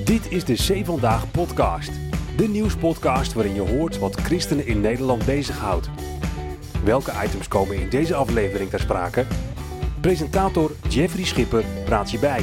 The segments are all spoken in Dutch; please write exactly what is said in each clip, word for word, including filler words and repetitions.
Dit is de Zee Vandaag podcast. De nieuwspodcast waarin je hoort wat christenen in Nederland bezighoudt. Welke items komen in deze aflevering ter sprake? Presentator Jeffrey Schipper praat je bij.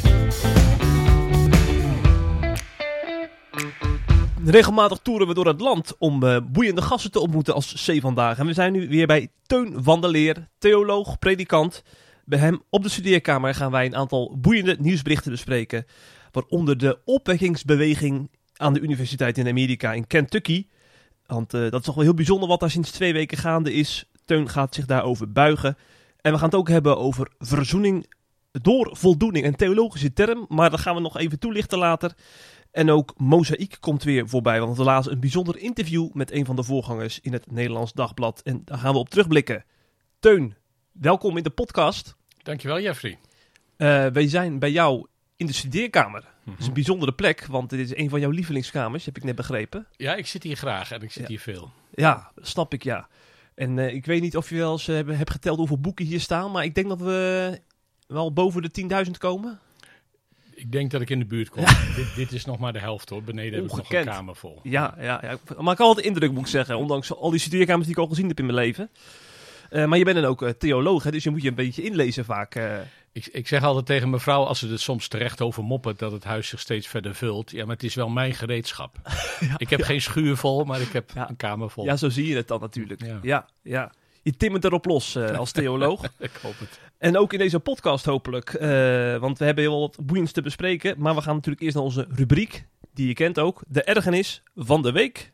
Regelmatig toeren we door het land om uh, boeiende gasten te ontmoeten als Zee Vandaag. En we zijn nu weer bij Teun van der Leer, theoloog, predikant. Bij hem op de studeerkamer gaan wij een aantal boeiende nieuwsberichten bespreken. Waaronder de opwekkingsbeweging aan de universiteit in Amerika in Kentucky. Want uh, dat is toch wel heel bijzonder wat daar sinds twee weken gaande is. Teun gaat zich daarover buigen. En we gaan het ook hebben over verzoening door voldoening. Een theologische term, maar dat gaan we nog even toelichten later. En ook Mozaïek komt weer voorbij, want we lazen een bijzonder interview met een van de voorgangers in het Nederlands Dagblad. En daar gaan we op terugblikken. Teun, welkom in de podcast. Dankjewel, Jeffrey. Uh, wij zijn bij jou in de studeerkamer. Mm-hmm. Dat is een bijzondere plek, want dit is een van jouw lievelingskamers, heb ik net begrepen. Ja, ik zit hier graag en ik zit ja. hier veel. Ja, snap ik, ja. En uh, ik weet niet of je wel eens uh, hebt geteld hoeveel boeken hier staan, maar ik denk dat we wel boven de tienduizend komen. Ik denk dat ik in de buurt kom. Ja. Dit, dit is nog maar de helft hoor. Beneden heb ik nog een kamer vol. Ja, ja, ja. Maar ik had altijd indruk, moet ik zeggen. Ondanks al die studeerkamers die ik al gezien heb in mijn leven. Uh, maar je bent dan ook uh, theoloog, hè, dus je moet je een beetje inlezen vaak. Uh. Ik, ik zeg altijd tegen mevrouw, als ze er soms terecht over moppen, dat het huis zich steeds verder vult. Ja, maar het is wel mijn gereedschap. ja, ik heb ja. geen schuur vol, maar ik heb ja. een kamer vol. Ja, zo zie je het dan natuurlijk. Ja, ja. ja. Je timmert erop los uh, als theoloog. Ik hoop het. En ook in deze podcast hopelijk. Uh, want we hebben heel wat boeiends te bespreken. Maar we gaan natuurlijk eerst naar onze rubriek, die je kent ook. De ergernis van de week.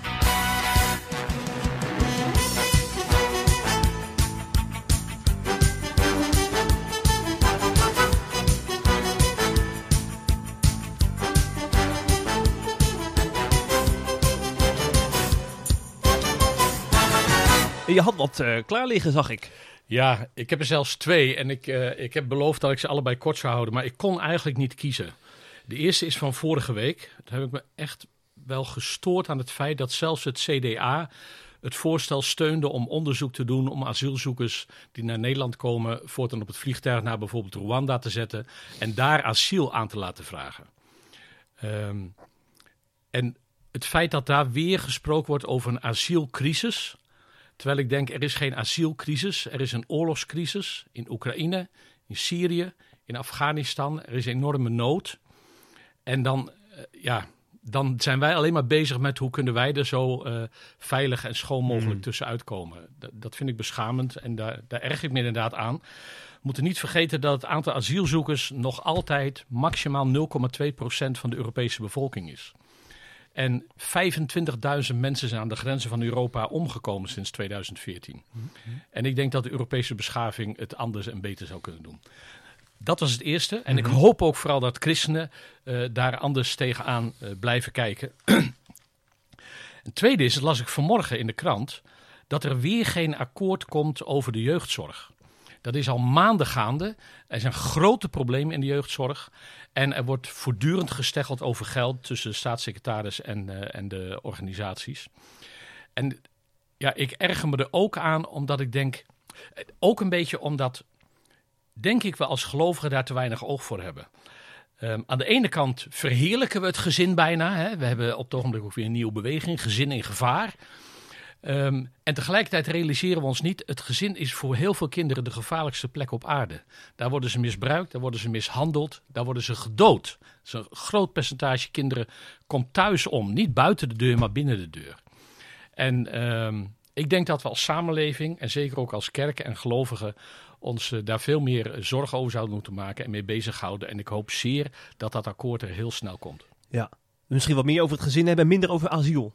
En je had wat uh, klaar liggen, zag ik. Ja, ik heb er zelfs twee en ik, uh, ik heb beloofd dat ik ze allebei kort zou houden, maar ik kon eigenlijk niet kiezen. De eerste is van vorige week. Daar heb ik me echt wel gestoord aan het feit dat zelfs het C D A het voorstel steunde om onderzoek te doen om asielzoekers die naar Nederland komen voortaan op het vliegtuig naar bijvoorbeeld Rwanda te zetten en daar asiel aan te laten vragen. Um, en het feit dat daar weer gesproken wordt over een asielcrisis, terwijl ik denk, er is geen asielcrisis, er is een oorlogscrisis in Oekraïne, in Syrië, in Afghanistan. Er is enorme nood. En dan, uh, ja, dan zijn wij alleen maar bezig met hoe kunnen wij er zo uh, veilig en schoon mogelijk mm. tussenuit komen. Dat, dat vind ik beschamend en daar, daar erg ik me inderdaad aan. We moeten niet vergeten dat het aantal asielzoekers nog altijd maximaal nul komma twee procent van de Europese bevolking is. En vijfentwintigduizend mensen zijn aan de grenzen van Europa omgekomen sinds tweeduizend veertien. Mm-hmm. En ik denk dat de Europese beschaving het anders en beter zou kunnen doen. Dat was het eerste. En mm-hmm. ik hoop ook vooral dat christenen uh, daar anders tegenaan uh, blijven kijken. Het tweede is, dat las ik vanmorgen in de krant, dat er weer geen akkoord komt over de jeugdzorg. Dat is al maanden gaande. Er zijn grote problemen in de jeugdzorg. En er wordt voortdurend gesteggeld over geld tussen de staatssecretaris en, uh, en de organisaties. En ja, ik erger me er ook aan omdat ik denk, ook een beetje omdat, denk ik, we als gelovigen daar te weinig oog voor hebben. Um, aan de ene kant verheerlijken we het gezin bijna. Hè? We hebben op het ogenblik ook weer een nieuwe beweging, gezin in gevaar. Um, en tegelijkertijd realiseren we ons niet, het gezin is voor heel veel kinderen de gevaarlijkste plek op aarde. Daar worden ze misbruikt, daar worden ze mishandeld, daar worden ze gedood. Dus een groot percentage kinderen komt thuis om, niet buiten de deur, maar binnen de deur. En um, ik denk dat we als samenleving, en zeker ook als kerken en gelovigen, ons uh, daar veel meer zorgen over zouden moeten maken en mee bezighouden. En ik hoop zeer dat dat akkoord er heel snel komt. Ja, misschien wat meer over het gezin hebben en minder over asiel.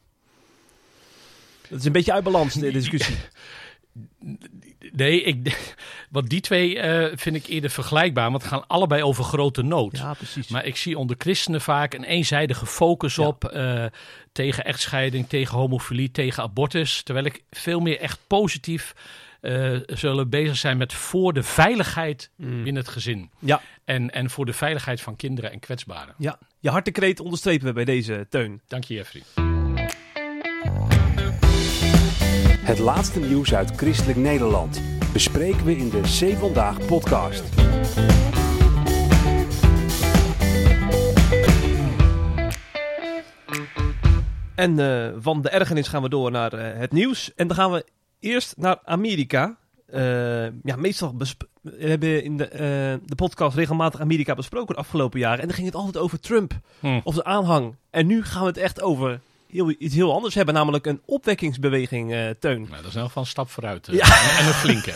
Dat is een beetje uit balans, de discussie. Nee, ik, want die twee uh, vind ik eerder vergelijkbaar. Want het gaan allebei over grote nood. Ja, precies. Maar ik zie onder christenen vaak een eenzijdige focus ja. op uh, tegen echtscheiding, tegen homofilie, tegen abortus. Terwijl ik veel meer echt positief uh, zullen bezig zijn met voor de veiligheid mm. binnen het gezin. Ja. En, en voor de veiligheid van kinderen en kwetsbaren. Ja, je hartekreet onderstrepen we bij deze, Teun. Dank je, Jeffrey. Het laatste nieuws uit Christelijk Nederland bespreken we in de Zee Vandaag podcast. En uh, van de ergernis gaan we door naar uh, het nieuws. En dan gaan we eerst naar Amerika. Uh, ja, meestal besp- we hebben in de, uh, de podcast regelmatig Amerika besproken de afgelopen jaren. En dan ging het altijd over Trump hmm. of de aanhang. En nu gaan we het echt over heel, iets heel anders hebben. Namelijk een opwekkingsbeweging, uh, Teun. Nou, dat is nou van een stap vooruit. Uh, ja. En een flinke.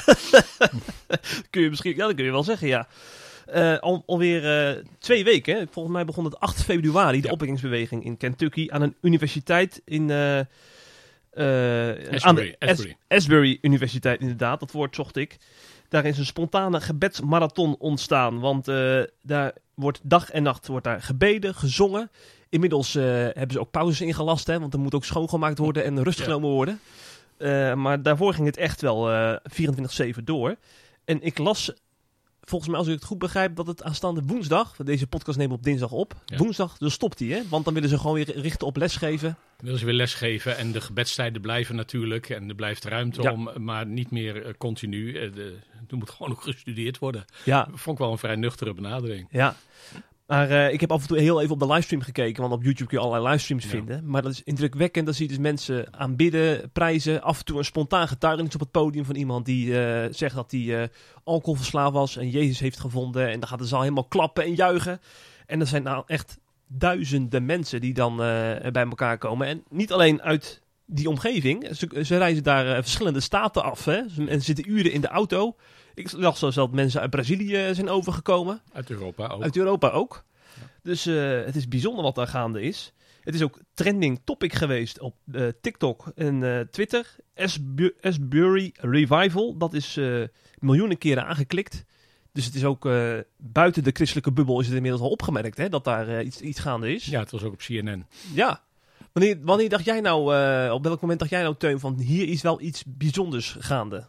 kun je misschien, ja, dat kun je wel zeggen, ja. Uh, al, alweer uh, twee weken. Hè? Volgens mij begon het acht februari, de ja. opwekkingsbeweging in Kentucky. Aan een universiteit in... Uh, Uh, Asbury, aan de Asbury. As- Asbury Universiteit, inderdaad. Dat woord zocht ik. Daar is een spontane gebedsmarathon ontstaan. Want uh, daar wordt dag en nacht wordt daar gebeden, gezongen. Inmiddels uh, hebben ze ook pauzes ingelast. Hè, want er moet ook schoongemaakt worden en rust ja. genomen worden. Uh, maar daarvoor ging het echt wel uh, vierentwintig zeven door. En ik las... Volgens mij, als ik het goed begrijp, dat het aanstaande woensdag... Deze podcast nemen we op dinsdag op. Ja. Woensdag, dan stopt hij, hè? Want dan willen ze gewoon weer richten op lesgeven. Dan willen ze weer lesgeven en de gebedstijden blijven natuurlijk. En er blijft ruimte ja. om, maar niet meer uh, continu. Uh, de, er moet gewoon ook gestudeerd worden. Ja. Dat vond ik wel een vrij nuchtere benadering. Ja. Maar uh, ik heb af en toe heel even op de livestream gekeken. Want op YouTube kun je allerlei livestreams ja. vinden. Maar dat is indrukwekkend. Dan zie je dus mensen aanbidden, prijzen. Af en toe een spontaan getuigenis op het podium van iemand die uh, zegt dat hij uh, alcoholverslaafd was. En Jezus heeft gevonden. En dan gaat de zaal helemaal klappen en juichen. En er zijn nou echt duizenden mensen die dan uh, bij elkaar komen. En niet alleen uit die omgeving. Ze, ze reizen daar uh, verschillende staten af. Hè? En zitten uren in de auto. Ik zag zelfs dat mensen uit Brazilië zijn overgekomen. Uit Europa ook. Uit Europa ook. Ja. Dus uh, het is bijzonder wat daar gaande is. Het is ook trending topic geweest op uh, TikTok en uh, Twitter. Asbu- Asbury Revival, dat is uh, miljoenen keren aangeklikt. Dus het is ook uh, buiten de christelijke bubbel is het inmiddels al opgemerkt, hè, dat daar uh, iets, iets gaande is. Ja, het was ook op C N N. Ja. Wanneer, wanneer dacht jij nou, uh, op welk moment dacht jij nou, Teun, van hier is wel iets bijzonders gaande?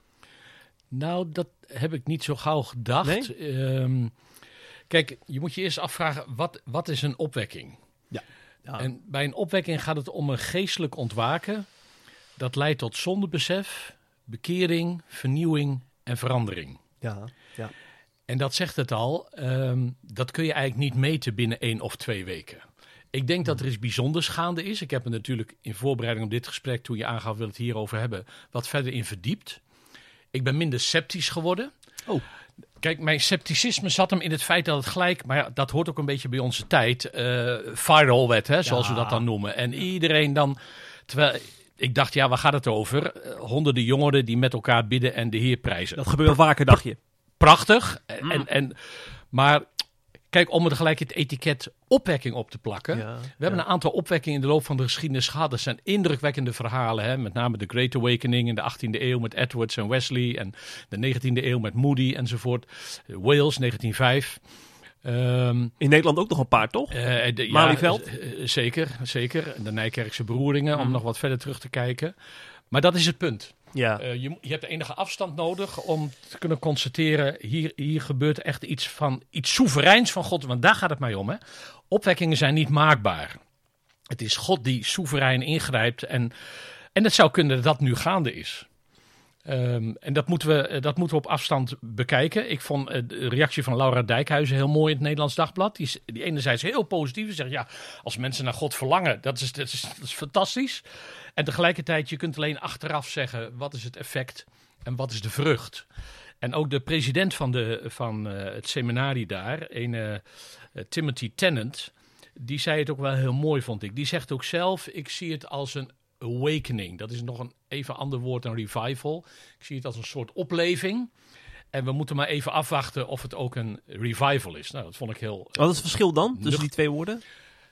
Nou, dat heb ik niet zo gauw gedacht. Nee? Um, kijk, je moet je eerst afvragen, wat, wat is een opwekking? Ja. Ja. En bij een opwekking gaat het om een geestelijk ontwaken. Dat leidt tot zondebesef, bekering, vernieuwing en verandering. Ja, ja. En dat zegt het al, um, dat kun je eigenlijk niet meten binnen één of twee weken. Ik denk dat er iets bijzonders gaande is. Ik heb me natuurlijk in voorbereiding op dit gesprek, toen je aangaf wil het hierover hebben, wat verder in verdiept. Ik ben minder sceptisch geworden. Oh. Kijk, mijn scepticisme zat hem in het feit dat het gelijk... Maar ja, dat hoort ook een beetje bij onze tijd. Uh, viral werd, hè, zoals ja. we dat dan noemen. En iedereen dan... Terwijl ik dacht, ja, waar gaat het over? Uh, honderden jongeren die met elkaar bidden en de Heer prijzen. Dat gebeurt wel vaker, dacht je. Prachtig. Mm. En, en, maar kijk, om er gelijk het etiket opwekking op te plakken. Ja, we hebben ja. een aantal opwekkingen in de loop van de geschiedenis gehad. Dat zijn indrukwekkende verhalen. Hè? Met name de Great Awakening in de achttiende eeuw met Edwards en Wesley. En de negentiende eeuw met Moody enzovoort. Wales, negentien vijf. Um, in Nederland ook nog een paar, toch? Uh, de, Malieveld? Ja, uh, zeker, zeker. De Nijkerkse Beroeringen, mm. om nog wat verder terug te kijken. Maar dat is het punt. Ja. Uh, je, je hebt enige afstand nodig om te kunnen constateren, hier, hier gebeurt echt iets van iets soevereins van God. Want daar gaat het mij om. Hè? Opwekkingen zijn niet maakbaar. Het is God die soeverein ingrijpt. En, en het zou kunnen dat dat nu gaande is. Um, en dat moeten, we, dat moeten we op afstand bekijken. Ik vond uh, de reactie van Laura Dijkhuizen heel mooi in het Nederlands Dagblad. Die, die enerzijds heel positief. Die zegt, ja, als mensen naar God verlangen, dat is, dat is, dat is fantastisch. En tegelijkertijd, je kunt alleen achteraf zeggen, wat is het effect en wat is de vrucht? En ook de president van, de, van uh, het seminarie daar, een uh, Timothy Tennant, die zei het ook wel heel mooi, vond ik. Die zegt ook zelf, ik zie het als een awakening. Dat is nog een even ander woord dan revival. Ik zie het als een soort opleving. En we moeten maar even afwachten of het ook een revival is. Nou, dat vond ik heel... Wat is het verschil dan tussen die twee woorden?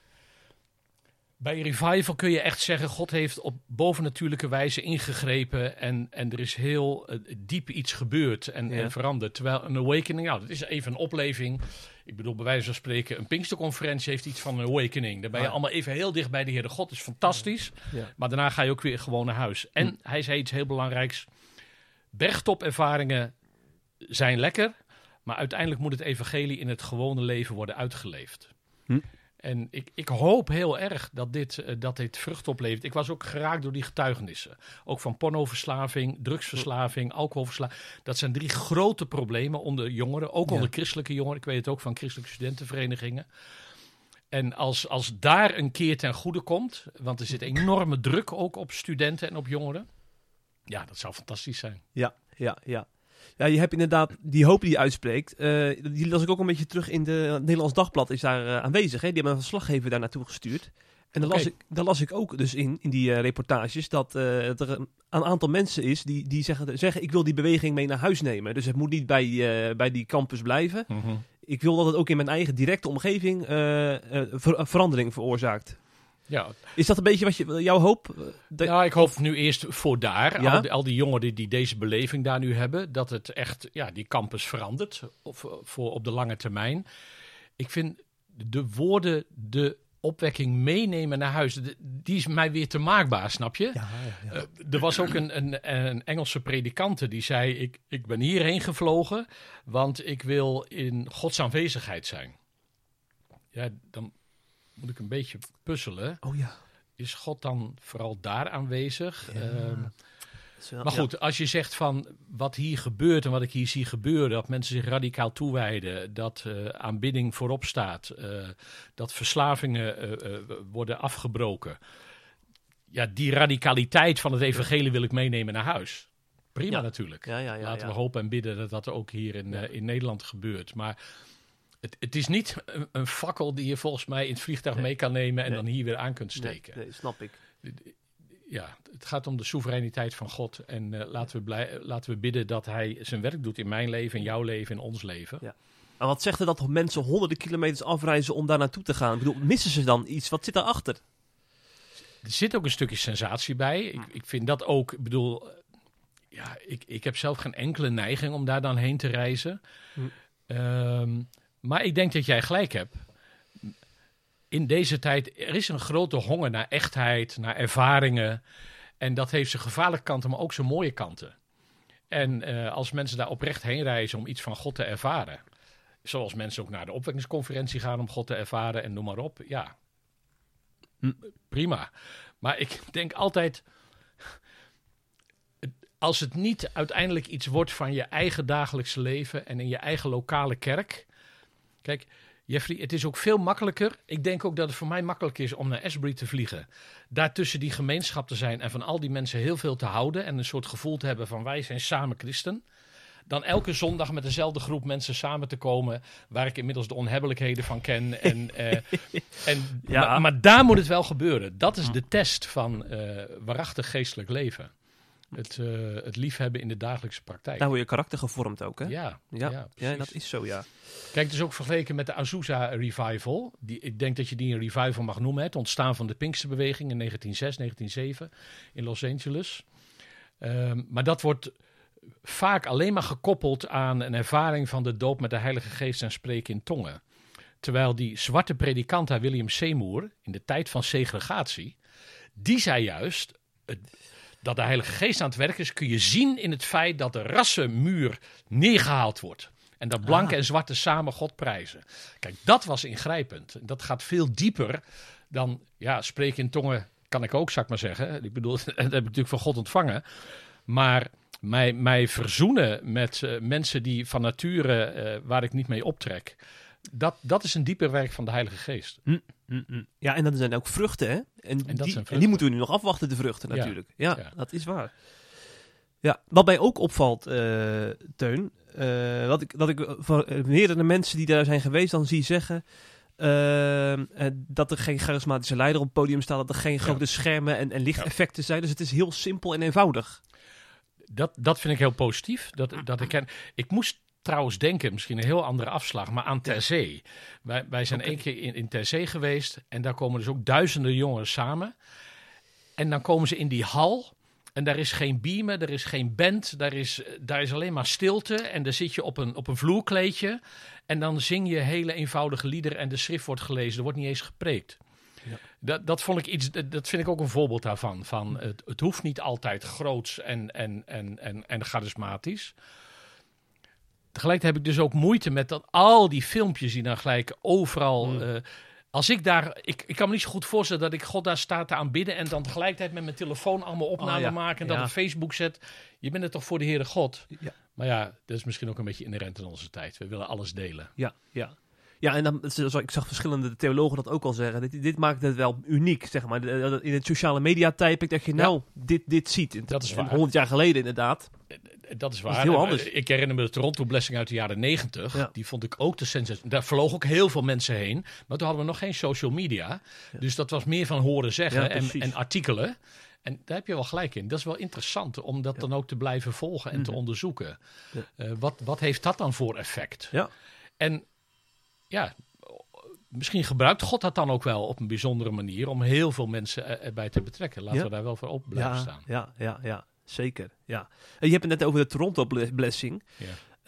Bij revival kun je echt zeggen, God heeft op bovennatuurlijke wijze ingegrepen en, en er is heel uh, diep iets gebeurd en, ja. en veranderd. Terwijl een awakening, nou, dat is even een opleving. Ik bedoel, bij wijze van spreken, een Pinksterconferentie heeft iets van een awakening. Daar ben je ah. allemaal even heel dicht bij de Heere God. Dat is fantastisch. Ja. Ja. Maar daarna ga je ook weer gewoon naar huis. En hm. hij zei iets heel belangrijks. Bergtopervaringen zijn lekker, maar uiteindelijk moet het evangelie in het gewone leven worden uitgeleefd. Hm. En ik, ik hoop heel erg dat dit, uh, dat dit vrucht oplevert. Ik was ook geraakt door die getuigenissen. Ook van pornoverslaving, drugsverslaving, alcoholverslaving. Dat zijn drie grote problemen onder jongeren. Ook ja. onder christelijke jongeren. Ik weet het ook van christelijke studentenverenigingen. En als, als daar een keer ten goede komt, want er zit enorme druk ook op studenten en op jongeren. Ja, dat zou fantastisch zijn. Ja, ja, ja. Ja, je hebt inderdaad die hoop die je uitspreekt. Uh, die las ik ook een beetje terug in de het Nederlands Dagblad is daar uh, aanwezig. Hè? Die hebben een verslaggever daar naartoe gestuurd. En daar, okay. las ik, daar las ik ook dus in, in die uh, reportages, dat uh, er een, een aantal mensen is die, die zeggen, zeggen, ik wil die beweging mee naar huis nemen. Dus het moet niet bij, uh, bij die campus blijven. Mm-hmm. Ik wil dat het ook in mijn eigen directe omgeving uh, uh, ver, verandering veroorzaakt. Ja. Is dat een beetje wat je, jouw hoop? De... Nou, ik hoop nu eerst voor daar, ja? al, die, al die jongeren die deze beleving daar nu hebben, dat het echt, ja, die campus verandert of, voor op de lange termijn. Ik vind de woorden, de opwekking meenemen naar huis, de, die is mij weer te maakbaar, snap je? Ja, ja. Uh, er was ook een, een, een Engelse predikante die zei, ik, ik ben hierheen gevlogen, want ik wil in Gods aanwezigheid zijn. Ja, dan moet ik een beetje puzzelen. Oh ja. Is God dan vooral daar aanwezig? Ja. Um, wel, maar goed, ja. als je zegt van wat hier gebeurt en wat ik hier zie gebeuren, dat mensen zich radicaal toewijden, dat uh, aanbidding voorop staat, uh, dat verslavingen uh, uh, worden afgebroken. Ja, die radicaliteit van het evangelie wil ik meenemen naar huis. Prima ja. natuurlijk. Ja, ja, ja, Laten ja. we hopen en bidden dat dat ook hier in, uh, in Nederland gebeurt. Maar Het, het is niet een, een fakkel die je volgens mij in het vliegtuig nee. mee kan nemen en nee. dan hier weer aan kunt steken. Nee, nee, snap ik. Ja, het gaat om de soevereiniteit van God. En uh, laten, we blij, laten we bidden dat hij zijn werk doet in mijn leven, in jouw leven, in ons leven. Ja. En wat zegt er dat mensen honderden kilometers afreizen om daar naartoe te gaan? Ik bedoel, missen ze dan iets? Wat zit daarachter? Er zit ook een stukje sensatie bij. Ik, ik vind dat ook, ik bedoel, ja, ik, ik heb zelf geen enkele neiging om daar dan heen te reizen. Hm. Um, Maar ik denk dat jij gelijk hebt. In deze tijd, er is een grote honger naar echtheid, naar ervaringen. En dat heeft zijn gevaarlijke kanten, maar ook zijn mooie kanten. En uh, als mensen daar oprecht heen reizen om iets van God te ervaren. Zoals mensen ook naar de opwekkingsconferentie gaan om God te ervaren en noem maar op. Ja, hm. prima. Maar ik denk altijd, als het niet uiteindelijk iets wordt van je eigen dagelijkse leven en in je eigen lokale kerk. Kijk, Jeffrey, het is ook veel makkelijker. Ik denk ook dat het voor mij makkelijk is om naar Asbury te vliegen. Daar tussen die gemeenschap te zijn en van al die mensen heel veel te houden. En een soort gevoel te hebben van wij zijn samen christen. Dan elke zondag met dezelfde groep mensen samen te komen. Waar ik inmiddels de onhebbelijkheden van ken. En, uh, en, ja. maar, maar daar moet het wel gebeuren. Dat is de test van uh, waarachtig geestelijk leven. Het, uh, het liefhebben in de dagelijkse praktijk. Daar word je karakter gevormd ook, hè? Ja, ja, ja, ja dat is zo, ja. Kijk, het is ook vergeleken met de Azusa Revival. Die, ik denk dat je die een revival mag noemen. Hè? Het ontstaan van de Pinksterbeweging in negentien zes, negentien zeven in Los Angeles. Um, maar dat wordt vaak alleen maar gekoppeld aan een ervaring van de doop met de Heilige Geest en spreken in tongen. Terwijl die zwarte predikant, William Seymour, in de tijd van segregatie, die zei juist, het, dat de Heilige Geest aan het werk is, kun je zien in het feit dat de rassenmuur neergehaald wordt. En dat blanke ah. en zwarte samen God prijzen. Kijk, dat was ingrijpend. Dat gaat veel dieper dan, ja, spreken in tongen kan ik ook, zou ik maar zeggen. Ik bedoel, dat heb ik natuurlijk van God ontvangen. Maar mij, mij verzoenen met uh, mensen die van nature, uh, waar ik niet mee optrek. Dat, dat is een dieper werk van de Heilige Geest. Mm, mm, mm. Ja, en dat zijn ook vruchten, hè? En, en, die, vruchten. en die moeten we nu nog afwachten, de vruchten natuurlijk. Ja, ja, ja. Dat is waar. Ja, wat mij ook opvalt, uh, Teun, uh, wat ik, dat ik van meerdere mensen die daar zijn geweest dan zie zeggen, uh, uh, dat er geen charismatische leider op het podium staat, dat er geen grote ja. schermen en, en lichteffecten zijn. Dus het is heel simpel en eenvoudig. Dat, dat vind ik heel positief. Dat, dat ik, ken. ik moest trouwens denken, misschien een heel andere afslag, maar aan Ter Zee. Wij, wij zijn okay. één keer in, in Ter Zee geweest en daar komen dus ook duizenden jongeren samen. En dan komen ze in die hal en daar is geen beamer, er is geen band, daar is, daar is alleen maar stilte. En daar zit je op een, op een vloerkleedje en dan zing je hele eenvoudige liederen en de schrift wordt gelezen. Er wordt niet eens gepreekt. Ja. Dat, dat, vond ik iets, dat vind ik ook een voorbeeld daarvan. Van het, het hoeft niet altijd groots en, en, en, en, en charismatisch. Tegelijkertijd heb ik dus ook moeite met dat al die filmpjes die dan gelijk overal. Mm. Uh, als ik daar. Ik, ik kan me niet zo goed voorstellen dat ik God daar sta te aanbidden. En dan tegelijkertijd met mijn telefoon allemaal opnamen oh, ja. maken. En dat ja. op Facebook zet. Je bent er toch voor de Heere God. Ja. Maar ja, dat is misschien ook een beetje inherent in onze tijd. We willen alles delen. Ja, ja. Ja, en dan, ik zag verschillende theologen dat ook al zeggen. Dit, dit maakt het wel uniek, zeg maar. In het sociale media tijdperk dat je nou ja. dit, dit ziet. Dat is waar. honderd jaar geleden inderdaad. Dat is waar. Dat is heel anders. Ik herinner me de Toronto-blessing uit de jaren negentig. Ja. Die vond ik ook te sensatie. Daar vlogen ook heel veel mensen heen. Maar toen hadden we nog geen social media. Ja. Dus dat was meer van horen zeggen ja, en, en artikelen. En daar heb je wel gelijk in. Dat is wel interessant om dat ja. dan ook te blijven volgen en mm-hmm. te onderzoeken. Ja. Uh, wat, wat heeft dat dan voor effect? Ja. En ja, misschien gebruikt God dat dan ook wel op een bijzondere manier om heel veel mensen erbij te betrekken. Laten ja. we daar wel voor op blijven ja, staan. Ja, ja, ja, zeker. Ja. En je hebt het net over de Toronto-blessing. Ja.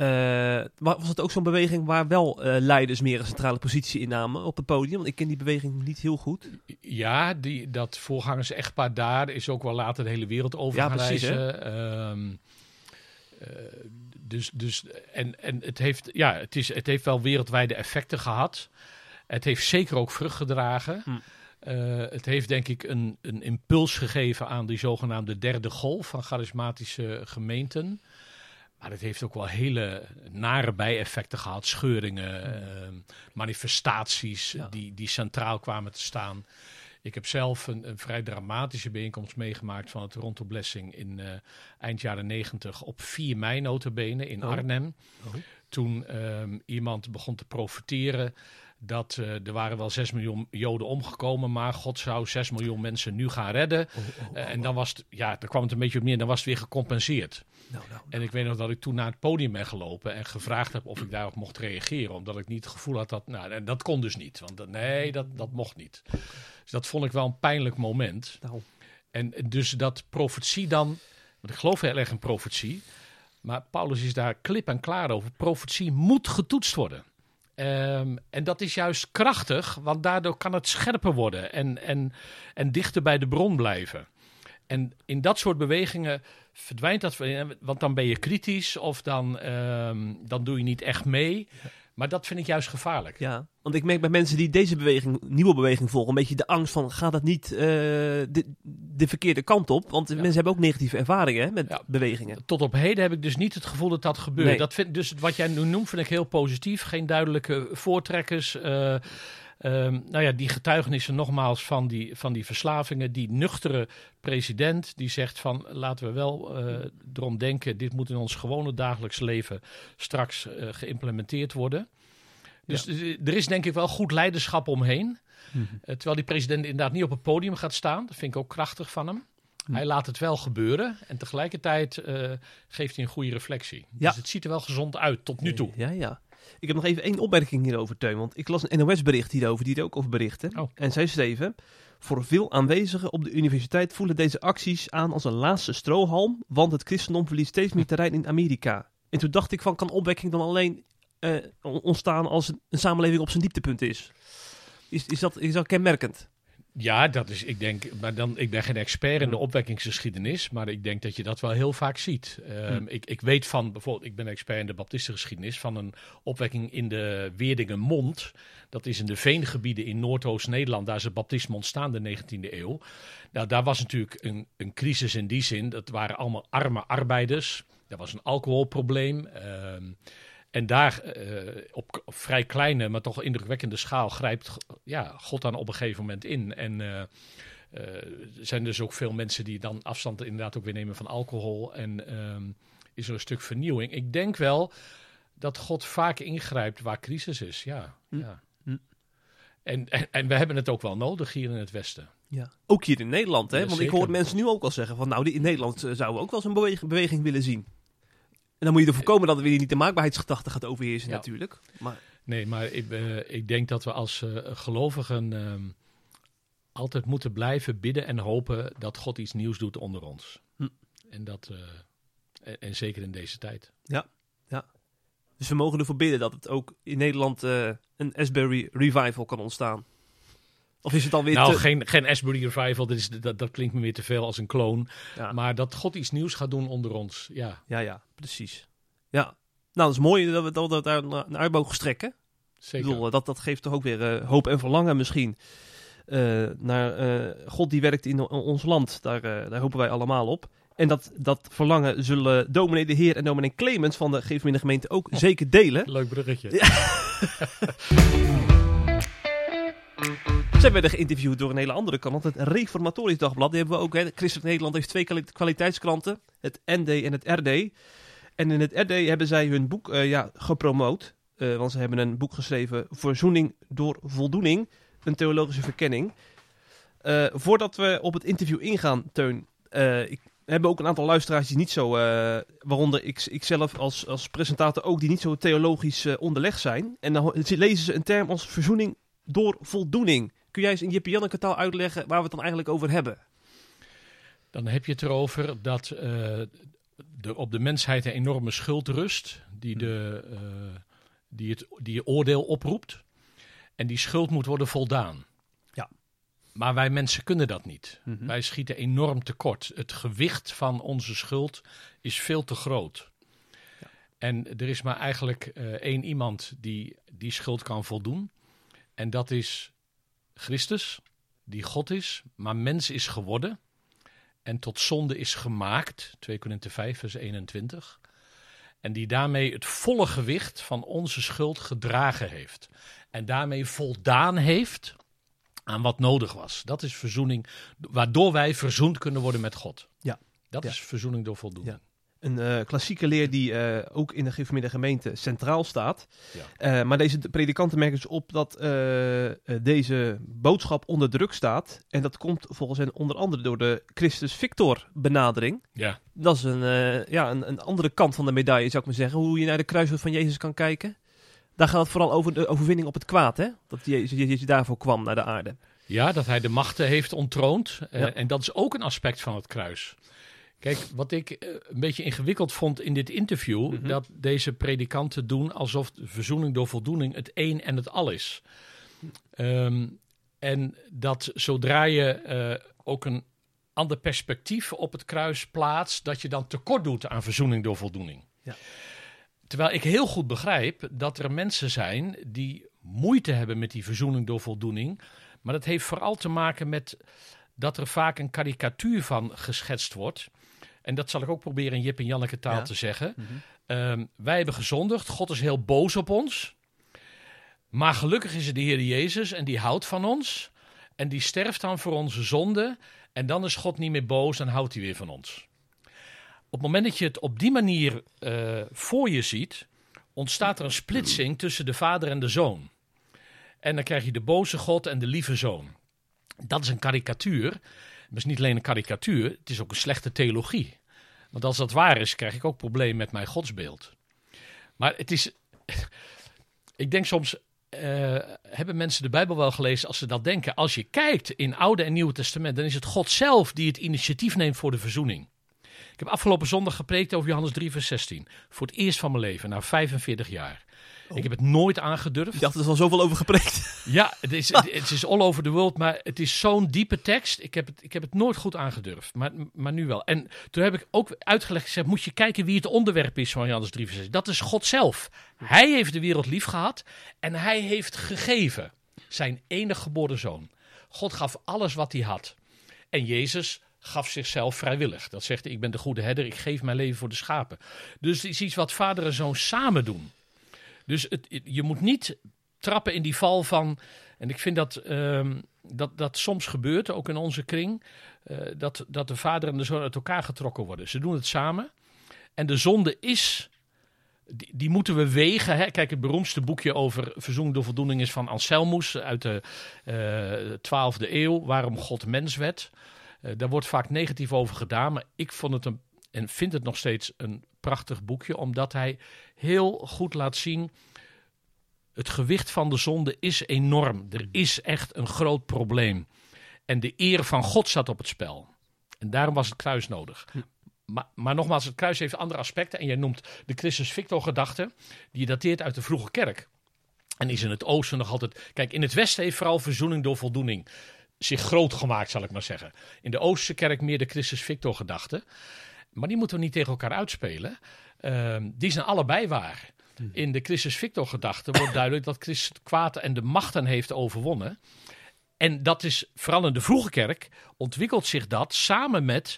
Uh, maar was het ook zo'n beweging waar wel uh, leiders meer een centrale positie innamen op het podium? Want ik ken die beweging niet heel goed. Ja, die, dat voorgangers-echtpaar daar is ook wel later de hele wereld over ja, gaan precies, reizen. Um, uh, dus, dus, en, en het heeft, ja, het, is, het heeft wel wereldwijde effecten gehad. Het heeft zeker ook vrucht gedragen. Hm. Uh, het heeft denk ik een, een impuls gegeven aan die zogenaamde derde golf van charismatische gemeenten. Maar het heeft ook wel hele nare bijeffecten gehad. Scheuringen, uh, manifestaties ja. die, die centraal kwamen te staan. Ik heb zelf een, een vrij dramatische bijeenkomst meegemaakt van het Toronto Blessing in uh, eind jaren negentig op vier mei nota bene in oh. Arnhem. Oh. Toen um, iemand begon te profeteren dat uh, er waren wel zes miljoen Joden omgekomen, maar God zou zes miljoen mensen nu gaan redden. Oh, oh, oh, uh, en dan was het, ja, daar kwam het een beetje op neer, dan was het weer gecompenseerd. Nou, nou, nou. En ik weet nog dat ik toen naar het podium ben gelopen en gevraagd heb of ik daarop mocht reageren, omdat ik niet het gevoel had dat, nou, en dat kon dus niet, want dat, nee, dat, dat mocht niet. Dus dat vond ik wel een pijnlijk moment. Nou. En dus dat profetie dan, want ik geloof heel erg in profetie, maar Paulus is daar klip en klaar over. Profetie moet getoetst worden. Um, en dat is juist krachtig, want daardoor kan het scherper worden en, en, en dichter bij de bron blijven. En in dat soort bewegingen verdwijnt dat, want dan ben je kritisch of dan, um, dan doe je niet echt mee. Maar dat vind ik juist gevaarlijk. Ja, want ik merk bij mensen die deze beweging, nieuwe beweging volgen, een beetje de angst van, gaat dat niet uh, de, de verkeerde kant op? Want ja. mensen hebben ook negatieve ervaringen hè, met ja. bewegingen. Tot op heden heb ik dus niet het gevoel dat dat gebeurt. Nee. Dat vind, dus wat jij nu noemt vind ik heel positief. Geen duidelijke voortrekkers. Uh, Um, nou ja, die getuigenissen nogmaals van die, van die verslavingen. Die nuchtere president die zegt van laten we wel uh, erom denken. Dit moet in ons gewone dagelijks leven straks uh, geïmplementeerd worden. Dus ja. d- er is denk ik wel goed leiderschap omheen. Mm-hmm. Uh, terwijl die president inderdaad niet op het podium gaat staan. Dat vind ik ook krachtig van hem. Mm-hmm. Hij laat het wel gebeuren. En tegelijkertijd uh, geeft hij een goede reflectie. Ja. Dus het ziet er wel gezond uit tot nu toe. Ja, ja. Ik heb nog even één opmerking hierover, Teun. Want ik las een N O S-bericht hierover, die er ook over berichten. Oh. En zij schreven: voor veel aanwezigen op de universiteit voelen deze acties aan als een laatste strohalm, want het christendom verliest steeds meer terrein in Amerika. En toen dacht ik van, kan opwekking dan alleen uh, ontstaan als een samenleving op zijn dieptepunt is? Is, is, dat, is dat kenmerkend? Ja, dat is, ik denk, maar dan, ik ben geen expert in de opwekkingsgeschiedenis, maar ik denk dat je dat wel heel vaak ziet. Um, hmm. ik, ik weet van, bijvoorbeeld, ik ben expert in de baptistengeschiedenis, van een opwekking in de Weerdingermond. Dat is in de veengebieden in Noordoost-Nederland, daar is het baptisme ontstaan in de negentiende eeuw. Nou, daar was natuurlijk een, een crisis in die zin, dat waren allemaal arme arbeiders. Er was een alcoholprobleem. Um, En daar uh, op, op vrij kleine, maar toch indrukwekkende schaal grijpt ja, God dan op een gegeven moment in. En uh, uh, er zijn dus ook veel mensen die dan afstand inderdaad ook weer nemen van alcohol. En um, is er een stuk vernieuwing. Ik denk wel dat God vaak ingrijpt waar crisis is. Ja, hm. ja. Hm. En, en, en we hebben het ook wel nodig hier in het Westen. Ja. Ook hier in Nederland, hè? Ja, want zeker. Ik hoor mensen nu ook al zeggen van nou, in Nederland uh, zouden we ook wel zo'n beweging, beweging willen zien. En dan moet je ervoor voorkomen dat er weer niet de maakbaarheidsgedachte gaat overheersen ja. natuurlijk. Maar... Nee, maar ik, uh, ik denk dat we als uh, gelovigen uh, altijd moeten blijven bidden en hopen dat God iets nieuws doet onder ons. Hm. En, dat, uh, en, en zeker in deze tijd. Ja, ja. Dus we mogen ervoor bidden dat het ook in Nederland uh, een Asbury Revival kan ontstaan. Of is het alweer nou, te... geen, geen Asbury Revival, dat, is, dat, dat klinkt me weer te veel als een kloon. Ja. Maar dat God iets nieuws gaat doen onder ons, ja. Ja, ja, precies. Ja, nou, dat is mooi dat we, dat we daar naar uit mogen strekken. Zeker. Ik bedoel, dat, dat geeft toch ook weer uh, hoop en verlangen misschien. Uh, naar uh, God die werkt in o- ons land, daar, uh, daar hopen wij allemaal op. En dat, dat verlangen zullen dominee De Heer en dominee Clemens van de Geefminder gemeente ook oh, zeker delen. Leuk bruggetje. Ja. Zij werden geïnterviewd door een hele andere krant, het Reformatorisch Dagblad. Die hebben we ook. Hè. Christelijk Nederland heeft twee kwaliteitskranten, het N D en het R D. En in het R D hebben zij hun boek uh, ja, gepromoot. Uh, want ze hebben een boek geschreven, Verzoening door voldoening, een theologische verkenning. Uh, voordat we op het interview ingaan, Teun, uh, ik we hebben ook een aantal luisteraars die niet zo, uh, waaronder ik, ik zelf als, als presentator ook, die niet zo theologisch uh, onderlegd zijn. En dan lezen ze een term als verzoening door voldoening. Kun jij eens in Jip Janneke taal uitleggen waar we het dan eigenlijk over hebben? Dan heb je het erover dat uh, er op de mensheid een enorme schuld rust, die, de, uh, die, het, die je oordeel oproept. En die schuld moet worden voldaan. Ja. Maar wij mensen kunnen dat niet. Mm-hmm. Wij schieten enorm tekort. Het gewicht van onze schuld is veel te groot. Ja. En er is maar eigenlijk uh, één iemand die die schuld kan voldoen. En dat is Christus, die God is, maar mens is geworden. En tot zonde is gemaakt, twee Korinthe vijf vers eenentwintig. En die daarmee het volle gewicht van onze schuld gedragen heeft. En daarmee voldaan heeft aan wat nodig was. Dat is verzoening, waardoor wij verzoend kunnen worden met God. Ja. Dat ja. is verzoening door voldoening. Ja. Een uh, klassieke leer die uh, ook in de gereformeerde gemeente centraal staat. Ja. Uh, maar deze predikanten merken dus op dat uh, deze boodschap onder druk staat. En dat komt volgens hen onder andere door de Christus Victor benadering. Ja. Dat is een, uh, ja, een, een andere kant van de medaille, zou ik maar zeggen. Hoe je naar de kruisweg van Jezus kan kijken. Daar gaat het vooral over de overwinning op het kwaad, hè? Dat Jezus, Jezus daarvoor kwam naar de aarde. Ja, dat hij de machten heeft ontroond. Uh, ja. En dat is ook een aspect van het kruis. Kijk, wat ik uh, een beetje ingewikkeld vond in dit interview, mm-hmm. dat deze predikanten doen alsof de verzoening door voldoening het een en het al is. Um, en dat zodra je uh, ook een ander perspectief op het kruis plaatst, dat je dan tekort doet aan verzoening door voldoening. Ja. Terwijl ik heel goed begrijp dat er mensen zijn die moeite hebben met die verzoening door voldoening. Maar dat heeft vooral te maken met dat er vaak een karikatuur van geschetst wordt. En dat zal ik ook proberen in Jip en Janneke taal ja. te zeggen. Mm-hmm. Um, wij hebben gezondigd. God is heel boos op ons. Maar gelukkig is het de Heer Jezus en die houdt van ons. En die sterft dan voor onze zonde. En dan is God niet meer boos, dan houdt hij weer van ons. Op het moment dat je het op die manier uh, voor je ziet, ontstaat er een splitsing tussen de vader en de zoon. En dan krijg je de boze God en de lieve zoon. Dat is een karikatuur. Het is niet alleen een karikatuur, het is ook een slechte theologie. Want als dat waar is, krijg ik ook problemen met mijn godsbeeld. Maar het is... Ik denk soms, uh, hebben mensen de Bijbel wel gelezen als ze dat denken? Als je kijkt in Oude en Nieuwe Testament, dan is het God zelf die het initiatief neemt voor de verzoening. Ik heb afgelopen zondag gepreekt over Johannes drie vers zestien. Voor het eerst van mijn leven, na vijfenveertig jaar. Oh. Ik heb het nooit aangedurfd. Ik dacht, er is al zoveel over gepreekt. Ja, het is, het is all over the world, maar het is zo'n diepe tekst. Ik heb het, ik heb het nooit goed aangedurfd, maar, maar nu wel. En toen heb ik ook uitgelegd, gezegd, moet je kijken wie het onderwerp is van Johannes drie vers zestien. Dat is God zelf. Hij heeft de wereld lief gehad en hij heeft gegeven zijn enige geboren zoon. God gaf alles wat hij had. En Jezus gaf zichzelf vrijwillig. Dat zegt, ik ben de goede herder, ik geef mijn leven voor de schapen. Dus het is iets wat vader en zoon samen doen. Dus het, je moet niet trappen in die val van... En ik vind dat um, dat, dat soms gebeurt, ook in onze kring... Uh, dat, dat de vader en de zoon uit elkaar getrokken worden. Ze doen het samen. En de zonde is... Die, die moeten we wegen. Hè? Kijk, het beroemdste boekje over verzoening door voldoening... is van Anselmus uit de uh, twaalfde eeuw. Waarom God mens werd. Uh, daar wordt vaak negatief over gedaan. Maar ik vond het een, en vind het nog steeds een prachtig boekje... omdat hij heel goed laat zien... het gewicht van de zonde is enorm. Er is echt een groot probleem. En de eer van God staat op het spel. En daarom was het kruis nodig. Maar, maar nogmaals, het kruis heeft andere aspecten. En jij noemt de Christus Victor gedachte. Die dateert uit de vroege kerk. En is in het oosten nog altijd... Kijk, in het westen heeft vooral verzoening door voldoening... zich groot gemaakt, zal ik maar zeggen. In de Oosterse kerk meer de Christus Victor gedachte. Maar die moeten we niet tegen elkaar uitspelen. Uh, die zijn allebei waar. In de Christus Victor gedachte wordt duidelijk dat Christus het kwaad en de machten heeft overwonnen. En dat is, vooral in de vroege kerk, ontwikkelt zich dat samen met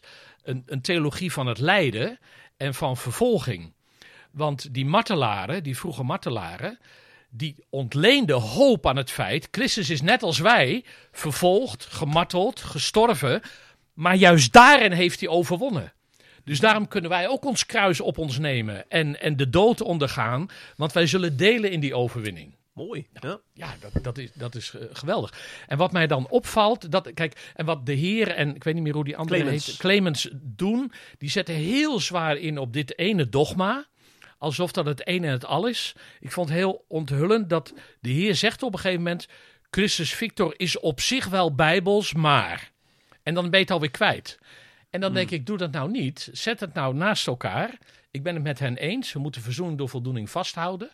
een, een theologie van het lijden en van vervolging. Want die martelaren, die vroege martelaren, die ontleenden hoop aan het feit, Christus is net als wij, vervolgd, gemarteld, gestorven, maar juist daarin heeft hij overwonnen. Dus daarom kunnen wij ook ons kruis op ons nemen en, en de dood ondergaan, want wij zullen delen in die overwinning. Mooi. Ja, ja dat, dat is, dat is uh, geweldig. En wat mij dan opvalt, dat, kijk, en wat de Heer en ik weet niet meer hoe die andere Clemens. heet, Clemens doen, die zetten heel zwaar in op dit ene dogma, alsof dat het een en het al is. Ik vond het heel onthullend dat de Heer zegt op een gegeven moment, Christus Victor is op zich wel bijbels, maar. En dan ben je het alweer kwijt. En dan denk ik, doe dat nou niet. Zet het nou naast elkaar. Ik ben het met hen eens. We moeten verzoening door voldoening vasthouden.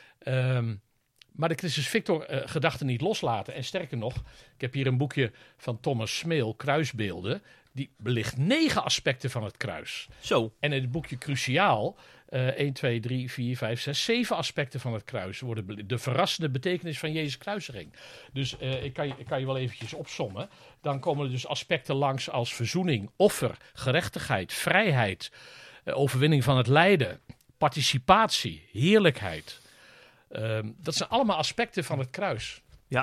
Um, maar de Christus Victor uh, gedachte niet loslaten. En sterker nog, ik heb hier een boekje van Thomas Smeel, Kruisbeelden. Die belicht negen aspecten van het kruis. Zo. En in het boekje Cruciaal, uh, één, twee, drie, vier, vijf, zes, zeven aspecten van het kruis worden belicht. De verrassende betekenis van Jezus' kruisiging. Dus uh, ik, kan je, ik kan je wel eventjes opsommen. Dan komen er dus aspecten langs als verzoening, offer, gerechtigheid, vrijheid, uh, overwinning van het lijden, participatie, heerlijkheid. Uh, dat zijn allemaal aspecten van het kruis. Ja.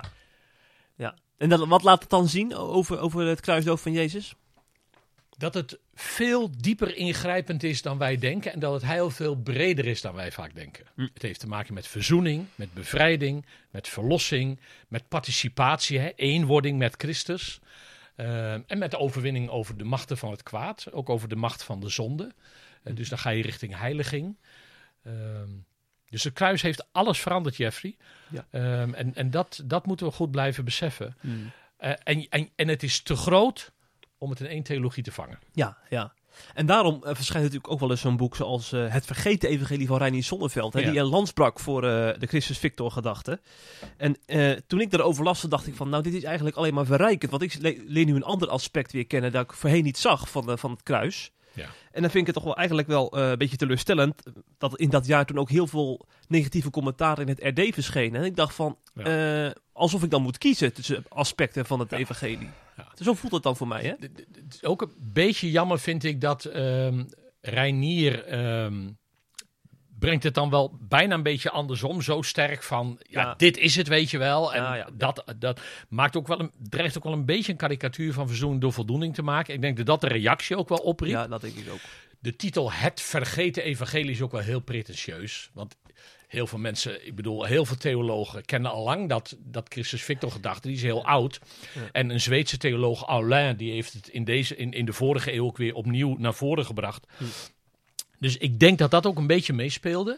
Ja. En dan, wat laat het dan zien over, over het kruisdood van Jezus? Dat het veel dieper ingrijpend is dan wij denken en dat het heel veel breder is dan wij vaak denken. Hm. Het heeft te maken met verzoening, met bevrijding, met verlossing, met participatie, hè, eenwording met Christus. Uh, en met de overwinning over de machten van het kwaad, ook over de macht van de zonde. Uh, dus dan ga je richting heiliging. Uh, dus het kruis heeft alles veranderd, Jeffrey. Ja. Um, en en dat, dat moeten we goed blijven beseffen. Hmm. Uh, en, en, en het is te groot om het in één theologie te vangen. Ja, ja. En daarom uh, verschijnt natuurlijk ook wel eens zo'n boek zoals uh, Het Vergeten Evangelie van Reinier Zonneveld. Hè, Ja. Die een lans brak voor uh, de Christus Victor gedachte. En uh, toen ik daarover las, dacht ik van, nou, dit is eigenlijk alleen maar verrijkend. Want ik le- leer nu een ander aspect weer kennen dat ik voorheen niet zag van, uh, van het kruis. Ja. En dan vind ik het toch wel eigenlijk wel uh, een beetje teleurstellend dat in dat jaar toen ook heel veel negatieve commentaren in het R D verschenen. En ik dacht van, Ja. uh, alsof ik dan moet kiezen tussen aspecten van het Ja. evangelie. Ja. Zo voelt het dan voor mij, hè? D- d- d- Ook een beetje jammer vind ik dat um, Reinier um, brengt het dan wel bijna een beetje andersom. Zo sterk van, ja, Ja. dit is het, weet je wel. En Ja, ja. Dat, dat maakt ook wel een, dreigt ook wel een beetje een karikatuur van verzoening door voldoening te maken. Ik denk dat dat de reactie ook wel opriep. Ja, dat denk ik ook. De titel Het Vergeten Evangelie is ook wel heel pretentieus. Want heel veel mensen, ik bedoel, heel veel theologen kennen al lang dat, dat Christus Victor gedachte. Die is heel oud. Ja. En een Zweedse theoloog, Aulin, die heeft het in, deze, in, in de vorige eeuw ook weer opnieuw naar voren gebracht. Hm. Dus ik denk dat dat ook een beetje meespeelde.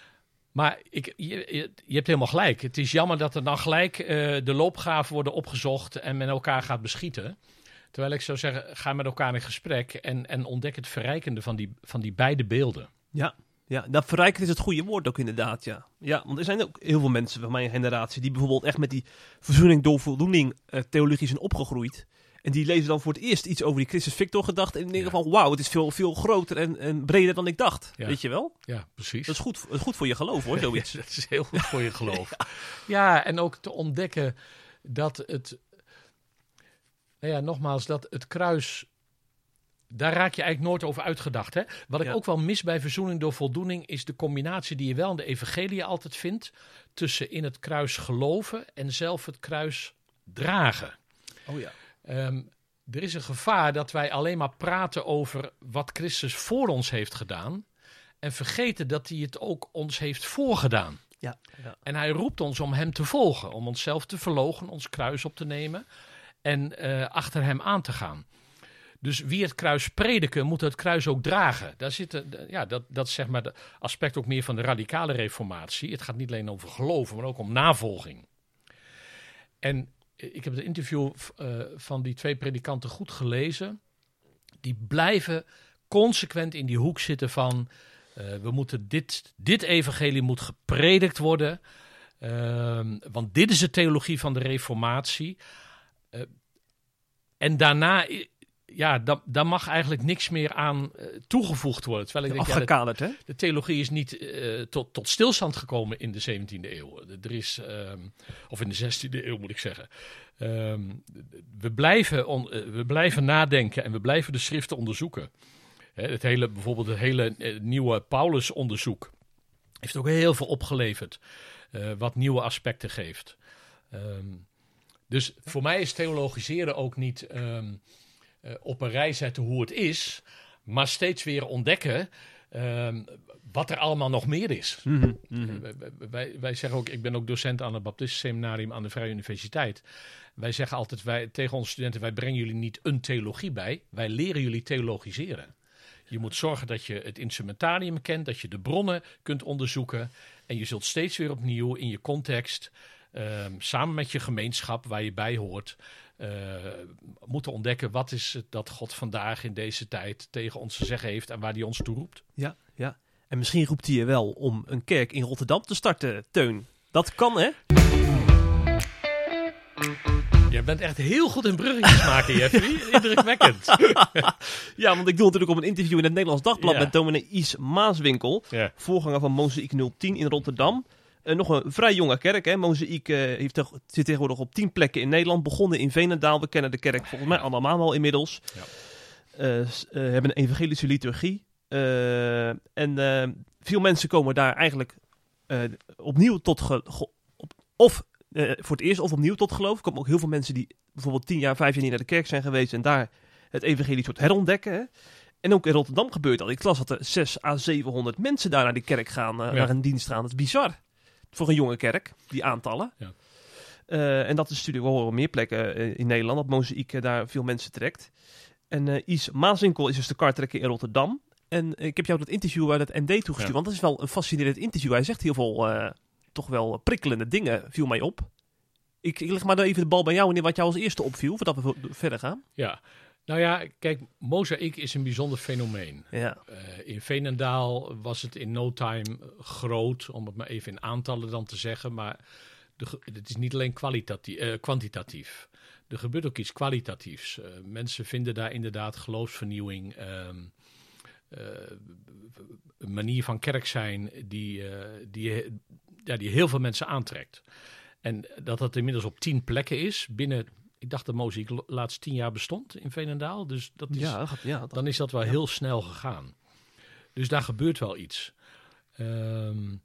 Maar ik, je, je, je hebt helemaal gelijk. Het is jammer dat er dan gelijk uh, de loopgraven worden opgezocht en men elkaar gaat beschieten. Terwijl ik zou zeggen, ga met elkaar in gesprek en, en ontdek het verrijkende van die, van die beide beelden. Ja, ja, dat verrijkend is het goede woord ook inderdaad, ja. Ja, want er zijn ook heel veel mensen van mijn generatie die bijvoorbeeld echt met die verzoening door voldoening uh, theologie zijn opgegroeid. En die lezen dan voor het eerst iets over die Christus Victor gedachte en denken Ja. van, wauw, het is veel, veel groter en, en breder dan ik dacht. Ja. Weet je wel? Ja, precies. Dat is goed, dat is goed voor je geloof hoor, zoiets. Dat is heel goed voor je geloof. ja. ja, en ook te ontdekken dat het... Nou ja, nogmaals, dat het kruis... Daar raak je eigenlijk nooit over uitgedacht. Hè? Wat ik Ja. ook wel mis bij verzoening door voldoening... is de combinatie die je wel in de evangelie altijd vindt... tussen in het kruis geloven en zelf het kruis dragen. Oh ja. Um, er is een gevaar dat wij alleen maar praten over wat Christus voor ons heeft gedaan... en vergeten dat hij het ook ons heeft voorgedaan. Ja, ja. En hij roept ons om hem te volgen, om onszelf te verloochenen, ons kruis op te nemen en uh, achter hem aan te gaan. Dus wie het kruis prediken, moet het kruis ook dragen. Daar zit, uh, ja, dat, dat is zeg maar het aspect ook meer van de radicale reformatie. Het gaat niet alleen over geloven, maar ook om navolging. En ik heb het interview uh, van die twee predikanten goed gelezen. Die blijven consequent in die hoek zitten van... Uh, we moeten dit, dit evangelie moet gepredikt worden. Uh, want dit is de theologie van de reformatie. Uh, en daarna ja, da, daar mag eigenlijk niks meer aan uh, toegevoegd worden. Terwijl ik denk, afgekaderd, ja, de, hè? de theologie is niet uh, tot, tot stilstand gekomen in de zeventiende eeuw. Er is, um, of in de zestiende eeuw moet ik zeggen. Um, we, blijven on, uh, we blijven nadenken en we blijven de schriften onderzoeken. Hè, het hele, bijvoorbeeld het hele uh, nieuwe Paulus-onderzoek heeft ook heel veel opgeleverd. Uh, wat nieuwe aspecten geeft. Um, dus voor mij is theologiseren ook niet um, uh, op een rij zetten hoe het is, maar steeds weer ontdekken um, wat er allemaal nog meer is. Mm-hmm. Mm-hmm. Uh, wij, wij, wij zeggen ook, ik ben ook docent aan het Baptistenseminarium aan de Vrije Universiteit. Wij zeggen altijd wij, tegen onze studenten, wij brengen jullie niet een theologie bij, wij leren jullie theologiseren. Je moet zorgen dat je het instrumentarium kent, dat je de bronnen kunt onderzoeken. En je zult steeds weer opnieuw in je context, uh, samen met je gemeenschap waar je bij hoort, uh, moeten ontdekken wat is het dat God vandaag in deze tijd tegen ons te zeggen heeft en waar hij ons toe roept. Ja, ja. En misschien roept hij je wel om een kerk in Rotterdam te starten, Teun. Dat kan, hè? Je bent echt heel goed in bruggetjes maken, Jeffrey. Indrukwekkend. Ja, want ik doe natuurlijk op een interview in het Nederlands Dagblad Ja. met dominee Is Maaswinkel, Ja. voorganger van Mozaïek nul tien in Rotterdam. Uh, nog een vrij jonge kerk, hè. Mozaïek uh, heeft te- zit tegenwoordig op tien plekken in Nederland. Begonnen in Veenendaal. We kennen de kerk volgens mij allemaal wel inmiddels. Ja. Uh, s- uh, hebben een evangelische liturgie. Uh, en uh, veel mensen komen daar eigenlijk uh, opnieuw tot ge- ge- op, of uh, voor het eerst of opnieuw tot geloof. Er komen ook heel veel mensen die bijvoorbeeld tien jaar, vijf jaar niet naar de kerk zijn geweest en daar het evangelie soort herontdekken. Hè. En ook in Rotterdam gebeurt dat. Ik las dat er zes à zevenhonderd mensen daar naar die kerk gaan, uh, Ja. naar een dienst gaan. Dat is bizar. Voor een jonge kerk, die aantallen. Ja. Uh, en dat is natuurlijk wel op meer plekken uh, in Nederland, dat Mozaïek uh, daar veel mensen trekt. En uh, Is Maaswinkel is dus de kartrekker in Rotterdam. En ik heb jou dat interview uit het N D toegestuurd, Ja. want dat is wel een fascinerend interview. Hij zegt heel veel, uh, toch wel prikkelende dingen, viel mij op. Ik, ik leg maar dan even de bal bij jou, en wat jou als eerste opviel, voordat we vo- verder gaan. Ja, nou ja, kijk, Mozaïek is een bijzonder fenomeen. Ja. Uh, in Veenendaal was het in no time groot, om het maar even in aantallen dan te zeggen. Maar de, ge- het is niet alleen kwalitatief, uh, kwantitatief. Er gebeurt ook iets kwalitatiefs. Uh, mensen vinden daar inderdaad geloofsvernieuwing, um, uh, een manier van kerk zijn die, uh, die, ja, die heel veel mensen aantrekt. En dat dat inmiddels op tien plekken is binnen. Ik dacht dat Mozaïek laatst tien jaar bestond in Veenendaal. Dus dat is, Ja, dat- ja, dat- dan is dat wel ja. heel snel gegaan. Dus daar gebeurt wel iets. Um,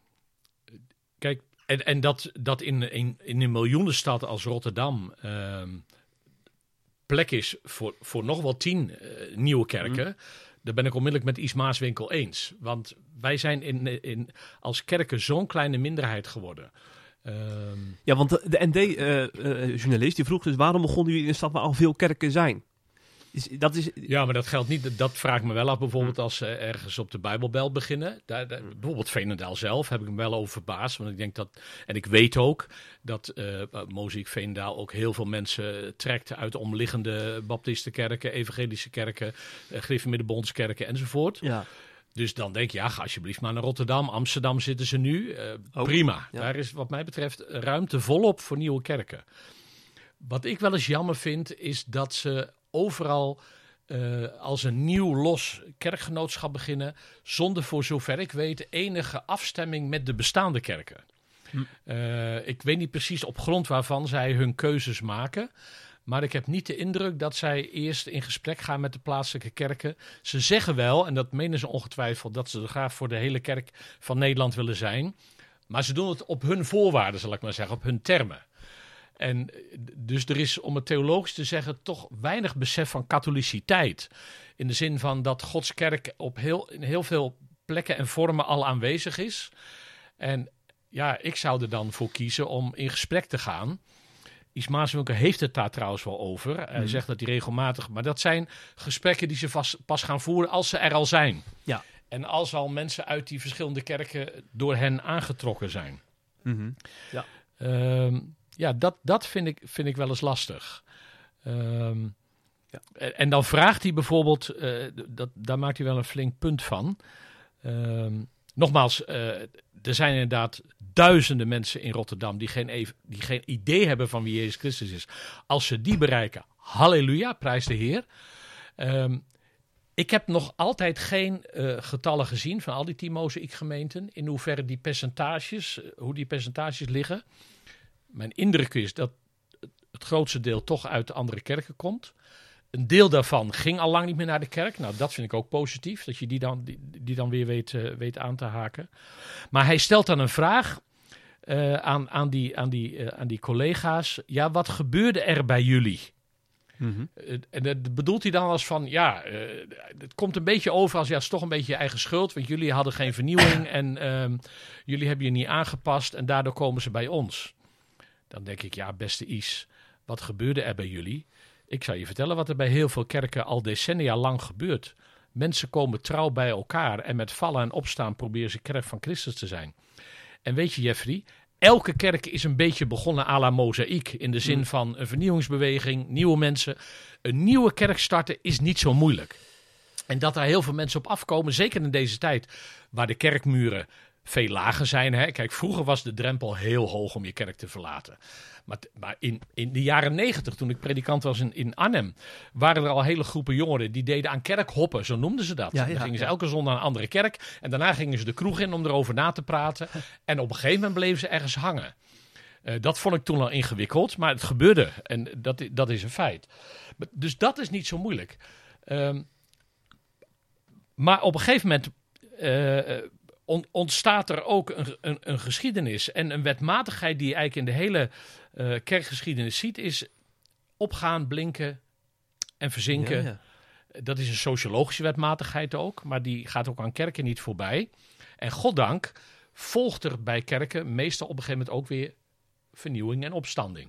kijk, en, en dat, dat in, in, in een miljoenenstad als Rotterdam um, plek is voor, voor nog wel tien uh, nieuwe kerken. Mm. Daar ben ik onmiddellijk met Is Maaswinkel eens. Want wij zijn in, in, als kerken zo'n kleine minderheid geworden. Um, Ja, want de, de N D-journalist uh, uh, die vroeg dus, waarom begonnen jullie in een stad waar al veel kerken zijn? Is, dat is, Ja, maar dat geldt niet. Dat vraag ik me wel af. Bijvoorbeeld als ze ergens op de Bijbelbel beginnen. Daar, daar, bijvoorbeeld Veenendaal zelf heb ik me wel over verbaasd. Want ik denk dat, en ik weet ook dat uh, Mozaïek Veenendaal ook heel veel mensen trekt uit omliggende baptistenkerken, evangelische kerken, uh, Griffie-Middenbondskerken enzovoort. ja. Dus dan denk je, ja, ga alsjeblieft maar naar Rotterdam. Amsterdam zitten ze nu. Uh, Ook, prima. ja. Daar is wat mij betreft ruimte volop voor nieuwe kerken. Wat ik wel eens jammer vind, is dat ze overal uh, als een nieuw los kerkgenootschap beginnen, zonder voor zover ik weet enige afstemming met de bestaande kerken. Hm. Uh, ik weet niet precies op grond waarvan zij hun keuzes maken. Maar ik heb niet de indruk dat zij eerst in gesprek gaan met de plaatselijke kerken. Ze zeggen wel, en dat menen ze ongetwijfeld, dat ze er graag voor de hele kerk van Nederland willen zijn. Maar ze doen het op hun voorwaarden, zal ik maar zeggen, op hun termen. En dus er is, om het theologisch te zeggen, toch weinig besef van katholiciteit. In de zin van dat Gods kerk op heel, in heel veel plekken en vormen al aanwezig is. En ja, ik zou er dan voor kiezen om in gesprek te gaan. Is Maaswinkel heeft het daar trouwens wel over. Hij mm. zegt dat hij regelmatig... Maar dat zijn gesprekken die ze vast, pas gaan voeren als ze er al zijn. Ja. En als al mensen uit die verschillende kerken door hen aangetrokken zijn. Mm-hmm. Ja, um, ja dat, dat vind, ik, vind ik wel eens lastig. Um, ja. en, en dan vraagt hij bijvoorbeeld... Uh, dat, daar maakt hij wel een flink punt van... Um, nogmaals, uh, er zijn inderdaad duizenden mensen in Rotterdam die geen, even, die geen idee hebben van wie Jezus Christus is. Als ze die bereiken, halleluja, prijs de Heer. Um, ik heb nog altijd geen uh, getallen gezien van al die tien mozaïekgemeenten. In hoeverre die percentages, hoe die percentages liggen. Mijn indruk is dat het grootste deel toch uit de andere kerken komt. Een deel daarvan ging al lang niet meer naar de kerk. Nou, dat vind ik ook positief, dat je die dan, die, die dan weer weet, uh, weet aan te haken. Maar hij stelt dan een vraag uh, aan, aan, die, aan, die, uh, aan die collega's. Ja, wat gebeurde er bij jullie? Mm-hmm. Uh, en dat bedoelt hij dan als van, ja, uh, het komt een beetje over als, ja, het is toch een beetje je eigen schuld. Want jullie hadden geen vernieuwing en uh, jullie hebben je niet aangepast en daardoor komen ze bij ons. Dan denk ik, ja, beste Is, wat gebeurde er bij jullie? Ik zal je vertellen wat er bij heel veel kerken al decennia lang gebeurt. Mensen komen trouw bij elkaar en met vallen en opstaan proberen ze kerk van Christus te zijn. En weet je, Jeffrey, elke kerk is een beetje begonnen à la mozaïek. In de zin van een vernieuwingsbeweging, nieuwe mensen. Een nieuwe kerk starten is niet zo moeilijk. En dat daar heel veel mensen op afkomen, zeker in deze tijd, waar de kerkmuren veel lager zijn. Hè? Kijk, vroeger was de drempel heel hoog om je kerk te verlaten. Maar, maar in, in de jaren negentig, toen ik predikant was in, in Arnhem, waren er al hele groepen jongeren die deden aan kerkhoppen, zo noemden ze dat. Ja, ja, dan gingen ze ja. elke zondag naar een andere kerk en daarna gingen ze de kroeg in om erover na te praten. En op een gegeven moment bleven ze ergens hangen. Uh, dat vond ik toen al ingewikkeld, maar het gebeurde en dat, dat is een feit. Dus dat is niet zo moeilijk. Um, maar op een gegeven moment Uh, ontstaat er ook een, een, een geschiedenis en een wetmatigheid die je eigenlijk in de hele uh, kerkgeschiedenis ziet, is opgaan, blinken en verzinken. Ja, ja. Dat is een sociologische wetmatigheid ook, maar die gaat ook aan kerken niet voorbij. En goddank volgt er bij kerken meestal op een gegeven moment ook weer vernieuwing en opstanding.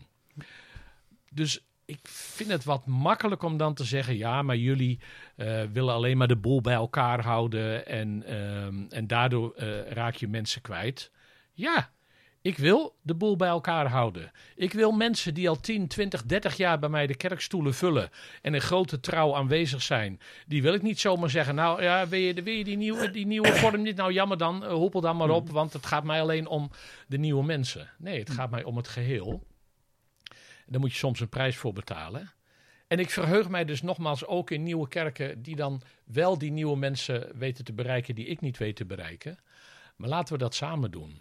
Dus ik vind het wat makkelijk om dan te zeggen, ja, maar jullie uh, willen alleen maar de boel bij elkaar houden en, uh, en daardoor uh, raak je mensen kwijt. Ja, ik wil de boel bij elkaar houden. Ik wil mensen die al tien, twintig, dertig jaar bij mij de kerkstoelen vullen en in grote trouw aanwezig zijn. Die wil ik niet zomaar zeggen, nou ja, wil je, wil je die, nieuwe, die nieuwe vorm niet? Nou jammer dan, uh, hoepel dan maar op, want het gaat mij alleen om de nieuwe mensen. Nee, het gaat mij om het geheel. Daar moet je soms een prijs voor betalen. En ik verheug mij dus nogmaals ook in nieuwe kerken die dan wel die nieuwe mensen weten te bereiken die ik niet weet te bereiken. Maar laten we dat samen doen.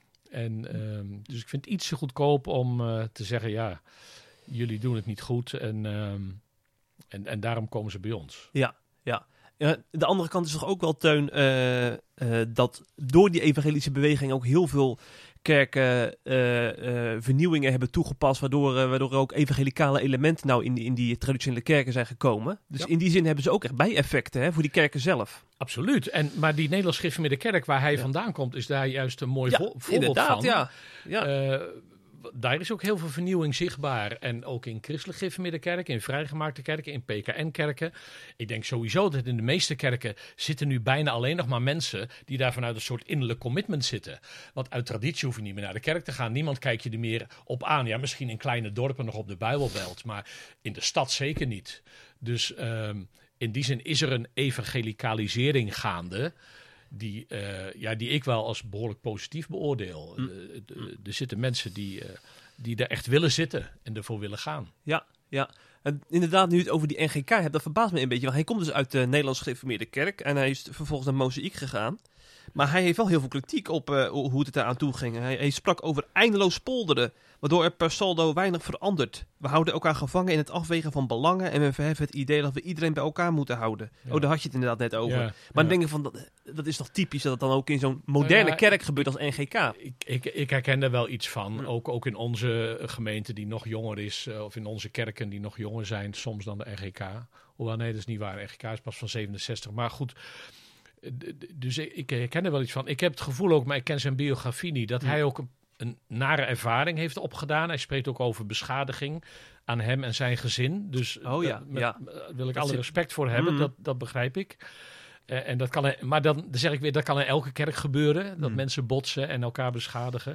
En uh, dus ik vind het iets te goedkoop om uh, te zeggen, ja, jullie doen het niet goed en, uh, en, en daarom komen ze bij ons. Ja, ja. Uh, de andere kant is toch ook wel, Teun, uh, uh, dat door die evangelische beweging ook heel veel kerken uh, uh, vernieuwingen hebben toegepast, waardoor, uh, waardoor er ook evangelicale elementen nou in die, in die traditionele kerken zijn gekomen. Dus ja. in die zin hebben ze ook echt bijeffecten, hè, voor die kerken zelf. Absoluut. En, maar die Nederlands Gereformeerde Kerk waar hij ja. vandaan komt, is daar juist een mooi ja, vo- voorbeeld van. Ja, ja. Uh, daar is ook heel veel vernieuwing zichtbaar. En ook in christelijk gereformeerde kerken, in vrijgemaakte kerken, in P K N-kerken. Ik denk sowieso dat in de meeste kerken zitten nu bijna alleen nog maar mensen die daar vanuit een soort innerlijk commitment zitten. Want uit traditie hoef je niet meer naar de kerk te gaan. Niemand kijkt je er meer op aan. Ja, misschien in kleine dorpen nog op de Bijbelbelt, maar in de stad zeker niet. Dus um, in die zin is er een evangelicalisering gaande. Die, uh, ja, die ik wel als behoorlijk positief beoordeel. Mm. Uh, d- d- er zitten mensen die, uh, die er echt willen zitten en ervoor willen gaan. Ja, ja. En inderdaad, nu het over die N G K hebt, dat verbaast me een beetje. Want hij komt dus uit de Nederlands Gereformeerde Kerk en hij is vervolgens naar Mozaïek gegaan. Maar hij heeft wel heel veel kritiek op uh, hoe het eraan toe ging. Hij, hij sprak over eindeloos polderen, waardoor er per saldo weinig verandert. We houden elkaar gevangen in het afwegen van belangen en we verheffen het idee dat we iedereen bij elkaar moeten houden. Ja. Oh, daar had je het inderdaad net over. Ja, maar dan ja. denk ik van, dat, dat is toch typisch dat het dan ook in zo'n moderne ja, kerk gebeurt als N G K? Ik, ik, ik herken daar wel iets van. Ja. Ook, ook in onze gemeente die nog jonger is, of in onze kerken die nog jonger zijn, soms dan de N G K. Hoewel, nee, dat is niet waar. N G K is pas van zevenenzestig. Maar goed, dus ik, ik herken er wel iets van. Ik heb het gevoel ook, maar ik ken zijn biografie niet, dat ja. hij ook een, een nare ervaring heeft opgedaan. Hij spreekt ook over beschadiging aan hem en zijn gezin. Dus oh, ja. met, ja. wil ik dat alle respect voor hebben, mm. dat, dat begrijp ik. Uh, en dat kan, maar dan, dan zeg ik weer, dat kan in elke kerk gebeuren. Dat mm. mensen botsen en elkaar beschadigen.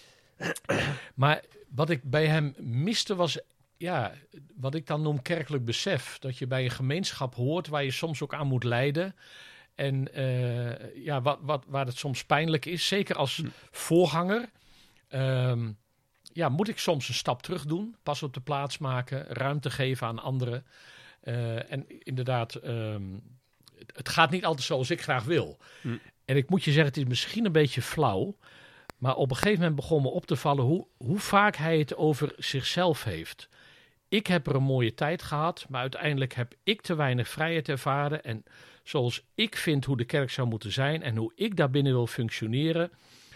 Maar wat ik bij hem miste was, ja, wat ik dan noem kerkelijk besef. Dat je bij een gemeenschap hoort waar je soms ook aan moet lijden. En uh, ja, wat, wat, waar het soms pijnlijk is, zeker als hm. voorganger, um, ja, moet ik soms een stap terug doen, pas op de plaats maken, ruimte geven aan anderen. Uh, en inderdaad, um, het, het gaat niet altijd zoals ik graag wil. Hm. En ik moet je zeggen, het is misschien een beetje flauw, maar op een gegeven moment begon me op te vallen hoe, hoe vaak hij het over zichzelf heeft. Ik heb er een mooie tijd gehad, maar uiteindelijk heb ik te weinig vrijheid ervaren. En zoals ik vind hoe de kerk zou moeten zijn en hoe ik daarbinnen wil functioneren.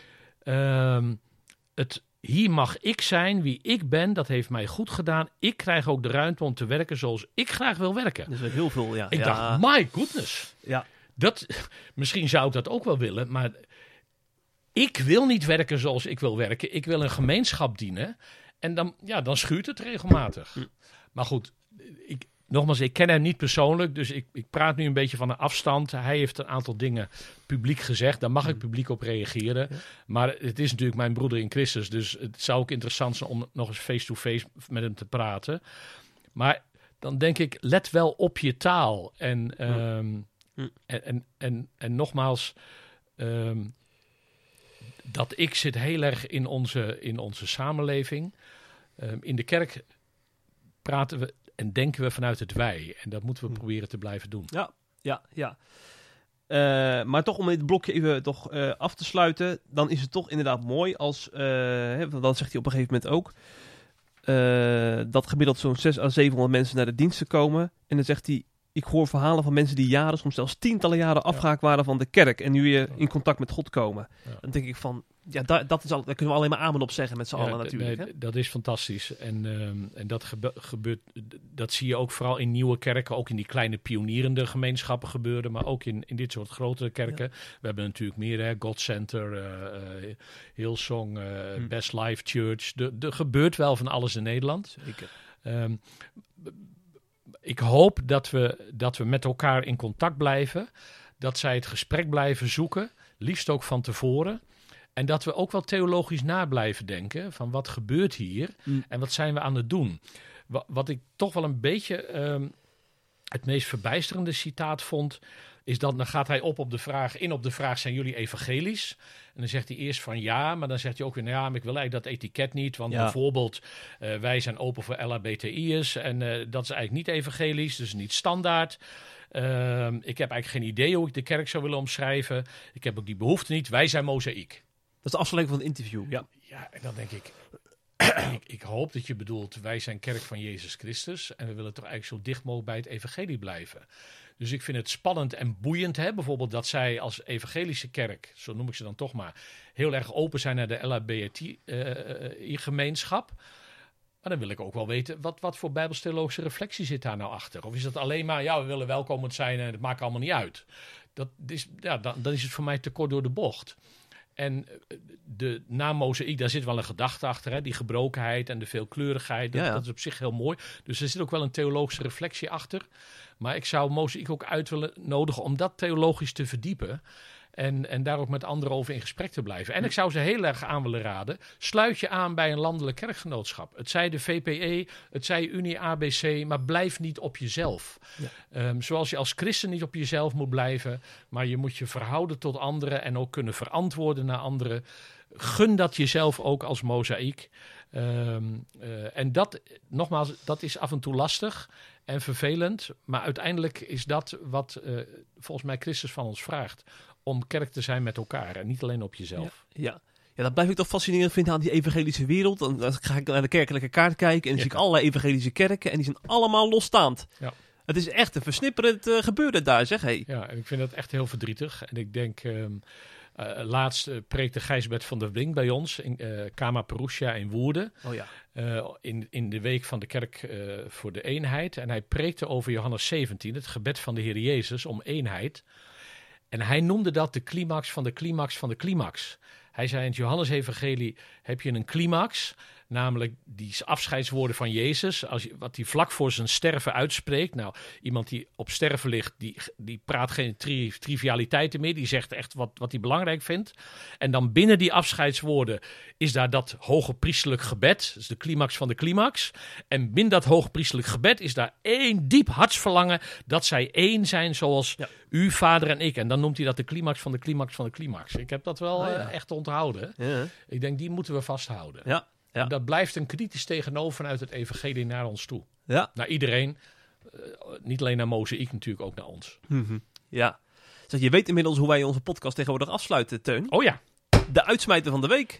Um, het, hier mag ik zijn wie ik ben, dat heeft mij goed gedaan. Ik krijg ook de ruimte om te werken zoals ik graag wil werken. Dat is heel veel, ja. Ik ja. dacht, my goodness. Ja. Dat, misschien zou ik dat ook wel willen, maar ik wil niet werken zoals ik wil werken. Ik wil een gemeenschap dienen. En dan, ja, dan schuurt het regelmatig. Hm. Maar goed, ik, nogmaals, ik ken hem niet persoonlijk, dus ik, ik praat nu een beetje van een afstand. Hij heeft een aantal dingen publiek gezegd, daar mag hm. ik publiek op reageren. Ja. Maar het is natuurlijk mijn broeder in Christus, dus het zou ook interessant zijn om nog eens face-to-face met hem te praten. Maar dan denk ik, let wel op je taal. En, um, hm. en, en, en, en nogmaals... Um, dat ik zit heel erg in onze, in onze samenleving. Um, in de kerk praten we en denken we vanuit het wij. En dat moeten we hmm. proberen te blijven doen. Ja, ja, ja. Uh, maar toch om dit blokje even toch, uh, af te sluiten. Dan is het toch inderdaad mooi als... Uh, hè, dan zegt hij op een gegeven moment ook... Uh, dat gemiddeld zo'n zeshonderd à zevenhonderd mensen naar de diensten komen. En dan zegt hij... Ik hoor verhalen van mensen die jaren, soms zelfs tientallen jaren afgehaakt ja. waren van de kerk. En nu weer in contact met God komen. Ja. Dan denk ik van, ja, da- dat is al, daar kunnen we alleen maar amen op zeggen met z'n ja, allen natuurlijk. Nee, hè? Dat is fantastisch. En, um, en dat gebe- gebeurt, dat zie je ook vooral in nieuwe kerken. Ook in die kleine pionierende gemeenschappen gebeuren. Maar ook in, in dit soort grotere kerken. Ja. We hebben natuurlijk meer, hè, God Center, uh, uh, Hillsong, uh, hm. Best Life Church. Er gebeurt wel van alles in Nederland. Zeker. Um, Ik hoop dat we, dat we met elkaar in contact blijven. Dat zij het gesprek blijven zoeken. Liefst ook van tevoren. En dat we ook wel theologisch na blijven denken. Van wat gebeurt hier? Mm. En wat zijn we aan het doen? Wat, wat ik toch wel een beetje um, het meest verbijsterende citaat vond... is dat dan gaat hij op op de vraag, in op de vraag, zijn jullie evangelisch? En dan zegt hij eerst van ja, maar dan zegt hij ook weer, nou ja, maar ik wil eigenlijk dat etiket niet. Want ja. bijvoorbeeld, uh, wij zijn open voor L H B T I'ers en uh, dat is eigenlijk niet evangelisch, dus niet standaard. Uh, ik heb eigenlijk geen idee hoe ik de kerk zou willen omschrijven. Ik heb ook die behoefte niet, wij zijn mozaïek. Dat is de afsluiting van het interview, ja. Ja, en dan denk ik... ik, ik hoop dat je bedoelt, wij zijn kerk van Jezus Christus en we willen toch eigenlijk zo dicht mogelijk bij het evangelie blijven. Dus ik vind het spannend en boeiend, hè? Bijvoorbeeld dat zij als evangelische kerk, zo noem ik ze dan toch maar, heel erg open zijn naar de L H B T I-gemeenschap. Uh, maar dan wil ik ook wel weten, wat, wat voor bijbelstheologische reflectie zit daar nou achter? Of is dat alleen maar, ja, we willen welkomend zijn en het maakt allemaal niet uit. Dat is, ja, dan, dan is het voor mij te kort door de bocht. En de naam mozaïek, daar zit wel een gedachte achter. Hè? Die gebrokenheid en de veelkleurigheid, dat, ja, ja. dat is op zich heel mooi. Dus er zit ook wel een theologische reflectie achter. Maar ik zou mozaïek ook uit willen nodigen om dat theologisch te verdiepen. En, en daar ook met anderen over in gesprek te blijven. En ik zou ze heel erg aan willen raden. Sluit je aan bij een landelijk kerkgenootschap. Het zij de V P E, het zij Unie A B C, maar blijf niet op jezelf. Ja. Um, zoals je als christen niet op jezelf moet blijven. Maar je moet je verhouden tot anderen en ook kunnen verantwoorden naar anderen. Gun dat jezelf ook als mozaïek. Um, uh, en dat, nogmaals, dat is af en toe lastig en vervelend. Maar uiteindelijk is dat wat uh, volgens mij Christus van ons vraagt. Om kerk te zijn met elkaar en niet alleen op jezelf. Ja, ja. ja dat blijf ik toch fascinerend vinden aan die evangelische wereld. Dan, dan ga ik naar de kerkelijke kaart kijken en dan ja. zie ik allerlei evangelische kerken en die zijn allemaal losstaand. Ja. Het is echt een versnipperend uh, gebeuren daar, zeg. Hey. Ja, en ik vind dat echt heel verdrietig. En ik denk, um, uh, laatst uh, preekte Gijsbert van der Wing bij ons in uh, Kama Perusia in Woerden. Oh ja. Uh, in, in de week van de kerk uh, voor de eenheid. En hij preekte over Johannes zeventien, het gebed van de Heer Jezus om eenheid. En hij noemde dat de climax van de climax van de climax. Hij zei in het Johannesevangelie heb je een climax, Namelijk die afscheidswoorden van Jezus, als je, wat hij vlak voor zijn sterven uitspreekt. Nou, iemand die op sterven ligt, die, die praat geen tri- trivialiteiten meer. Die zegt echt wat, wat hij belangrijk vindt. En dan binnen die afscheidswoorden is daar dat hoge priesterlijk gebed. Dat is de climax van de climax. En binnen dat hoge priesterlijk gebed is daar één diep hartsverlangen dat zij één zijn zoals ja. u, vader en ik. En dan noemt hij dat de climax van de climax van de climax. Ik heb dat wel oh, ja. uh, echt onthouden. Ja. Ik denk, die moeten we vasthouden. Ja. Ja. En dat blijft een kritisch tegenover vanuit het evangelie naar ons toe. Ja. Naar iedereen. Uh, niet alleen naar Mozaïek, natuurlijk ook naar ons. Mm-hmm. Ja. Zeg, je weet inmiddels hoe wij onze podcast tegenwoordig afsluiten, Teun. Oh ja. De uitsmijter van de week.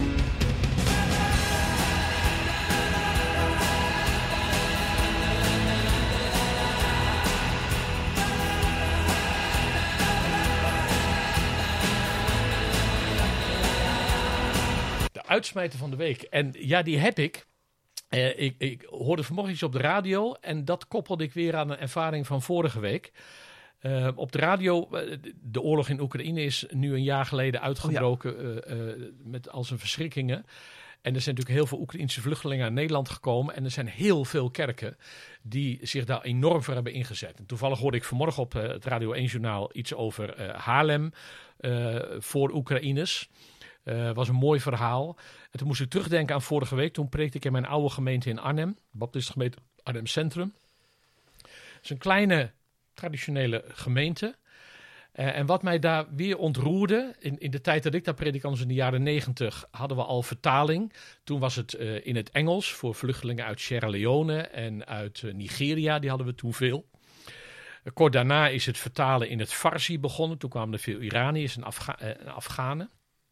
Uitsmijter van de week. En ja, die heb ik. Uh, ik. Ik hoorde vanmorgen iets op de radio en dat koppelde ik weer aan een ervaring van vorige week. Uh, op de radio, uh, de oorlog in Oekraïne is nu een jaar geleden uitgebroken oh ja. uh, uh, met al zijn verschrikkingen. En er zijn natuurlijk heel veel Oekraïnse vluchtelingen naar Nederland gekomen. En er zijn heel veel kerken die zich daar enorm voor hebben ingezet. En toevallig hoorde ik vanmorgen op uh, het Radio één Journaal iets over uh, Haarlem uh, voor Oekraïners. Uh, was een mooi verhaal. En toen moest ik terugdenken aan vorige week. Toen preekte ik in mijn oude gemeente in Arnhem. Baptistengemeente Arnhem Centrum. Het is een kleine traditionele gemeente. Uh, en wat mij daar weer ontroerde. In, in de tijd dat ik daar predikant was in de jaren negentig. Hadden we al vertaling. Toen was het uh, in het Engels. Voor vluchtelingen uit Sierra Leone en uit uh, Nigeria. Die hadden we toen veel. Uh, kort daarna is het vertalen in het Farsi begonnen. Toen kwamen er veel Iraniërs en, Afga- uh, en Afghanen.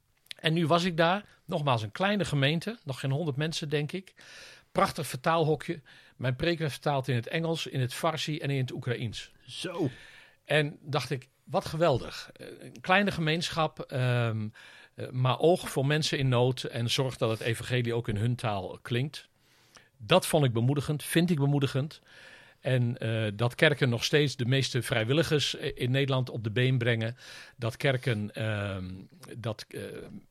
En nu was ik daar, nogmaals een kleine gemeente, nog geen honderd mensen denk ik. Prachtig vertaalhokje. Mijn preek werd vertaald in het Engels, in het Farsi en in het Oekraïens. Zo. En dacht ik, wat geweldig. Een kleine gemeenschap, um, maar oog voor mensen in nood en zorg dat het evangelie ook in hun taal klinkt. Dat vond ik bemoedigend, vind ik bemoedigend. En uh, dat kerken nog steeds de meeste vrijwilligers in Nederland op de been brengen. Dat kerken, uh, dat uh,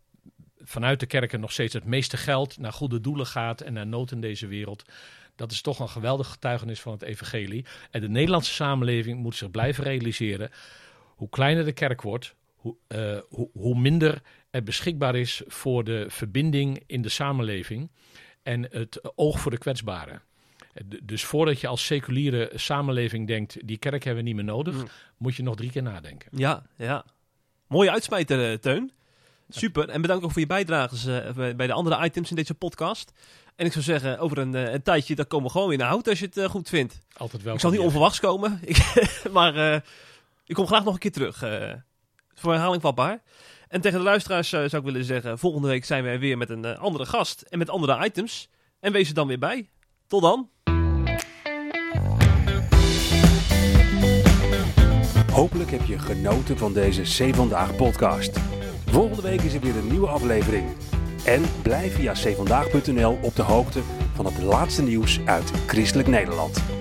vanuit de kerken nog steeds het meeste geld naar goede doelen gaat en naar nood in deze wereld. Dat is toch een geweldig getuigenis van het evangelie. En de Nederlandse samenleving moet zich blijven realiseren. Hoe kleiner de kerk wordt, hoe, uh, hoe, hoe minder er beschikbaar is voor de verbinding in de samenleving. En het oog voor de kwetsbaren. Dus voordat je als seculiere samenleving denkt, die kerk hebben we niet meer nodig, mm. moet je nog drie keer nadenken. Ja, ja. Mooie uitsmijter, Teun. Super. En bedankt ook voor je bijdrages uh, bij de andere items in deze podcast. En ik zou zeggen, over een, uh, een tijdje, dan komen we gewoon weer naar hout als je het uh, goed vindt. Altijd wel. Ik zal niet onverwachts komen, maar uh, ik kom graag nog een keer terug. Uh, voor herhaling vatbaar. En tegen de luisteraars uh, zou ik willen zeggen, volgende week zijn we weer met een uh, andere gast en met andere items. En wees er dan weer bij. Tot dan. Hopelijk heb je genoten van deze C Vandaag podcast. Volgende week is er weer een nieuwe aflevering. En blijf via c vandaag punt n l op de hoogte van het laatste nieuws uit Christelijk Nederland.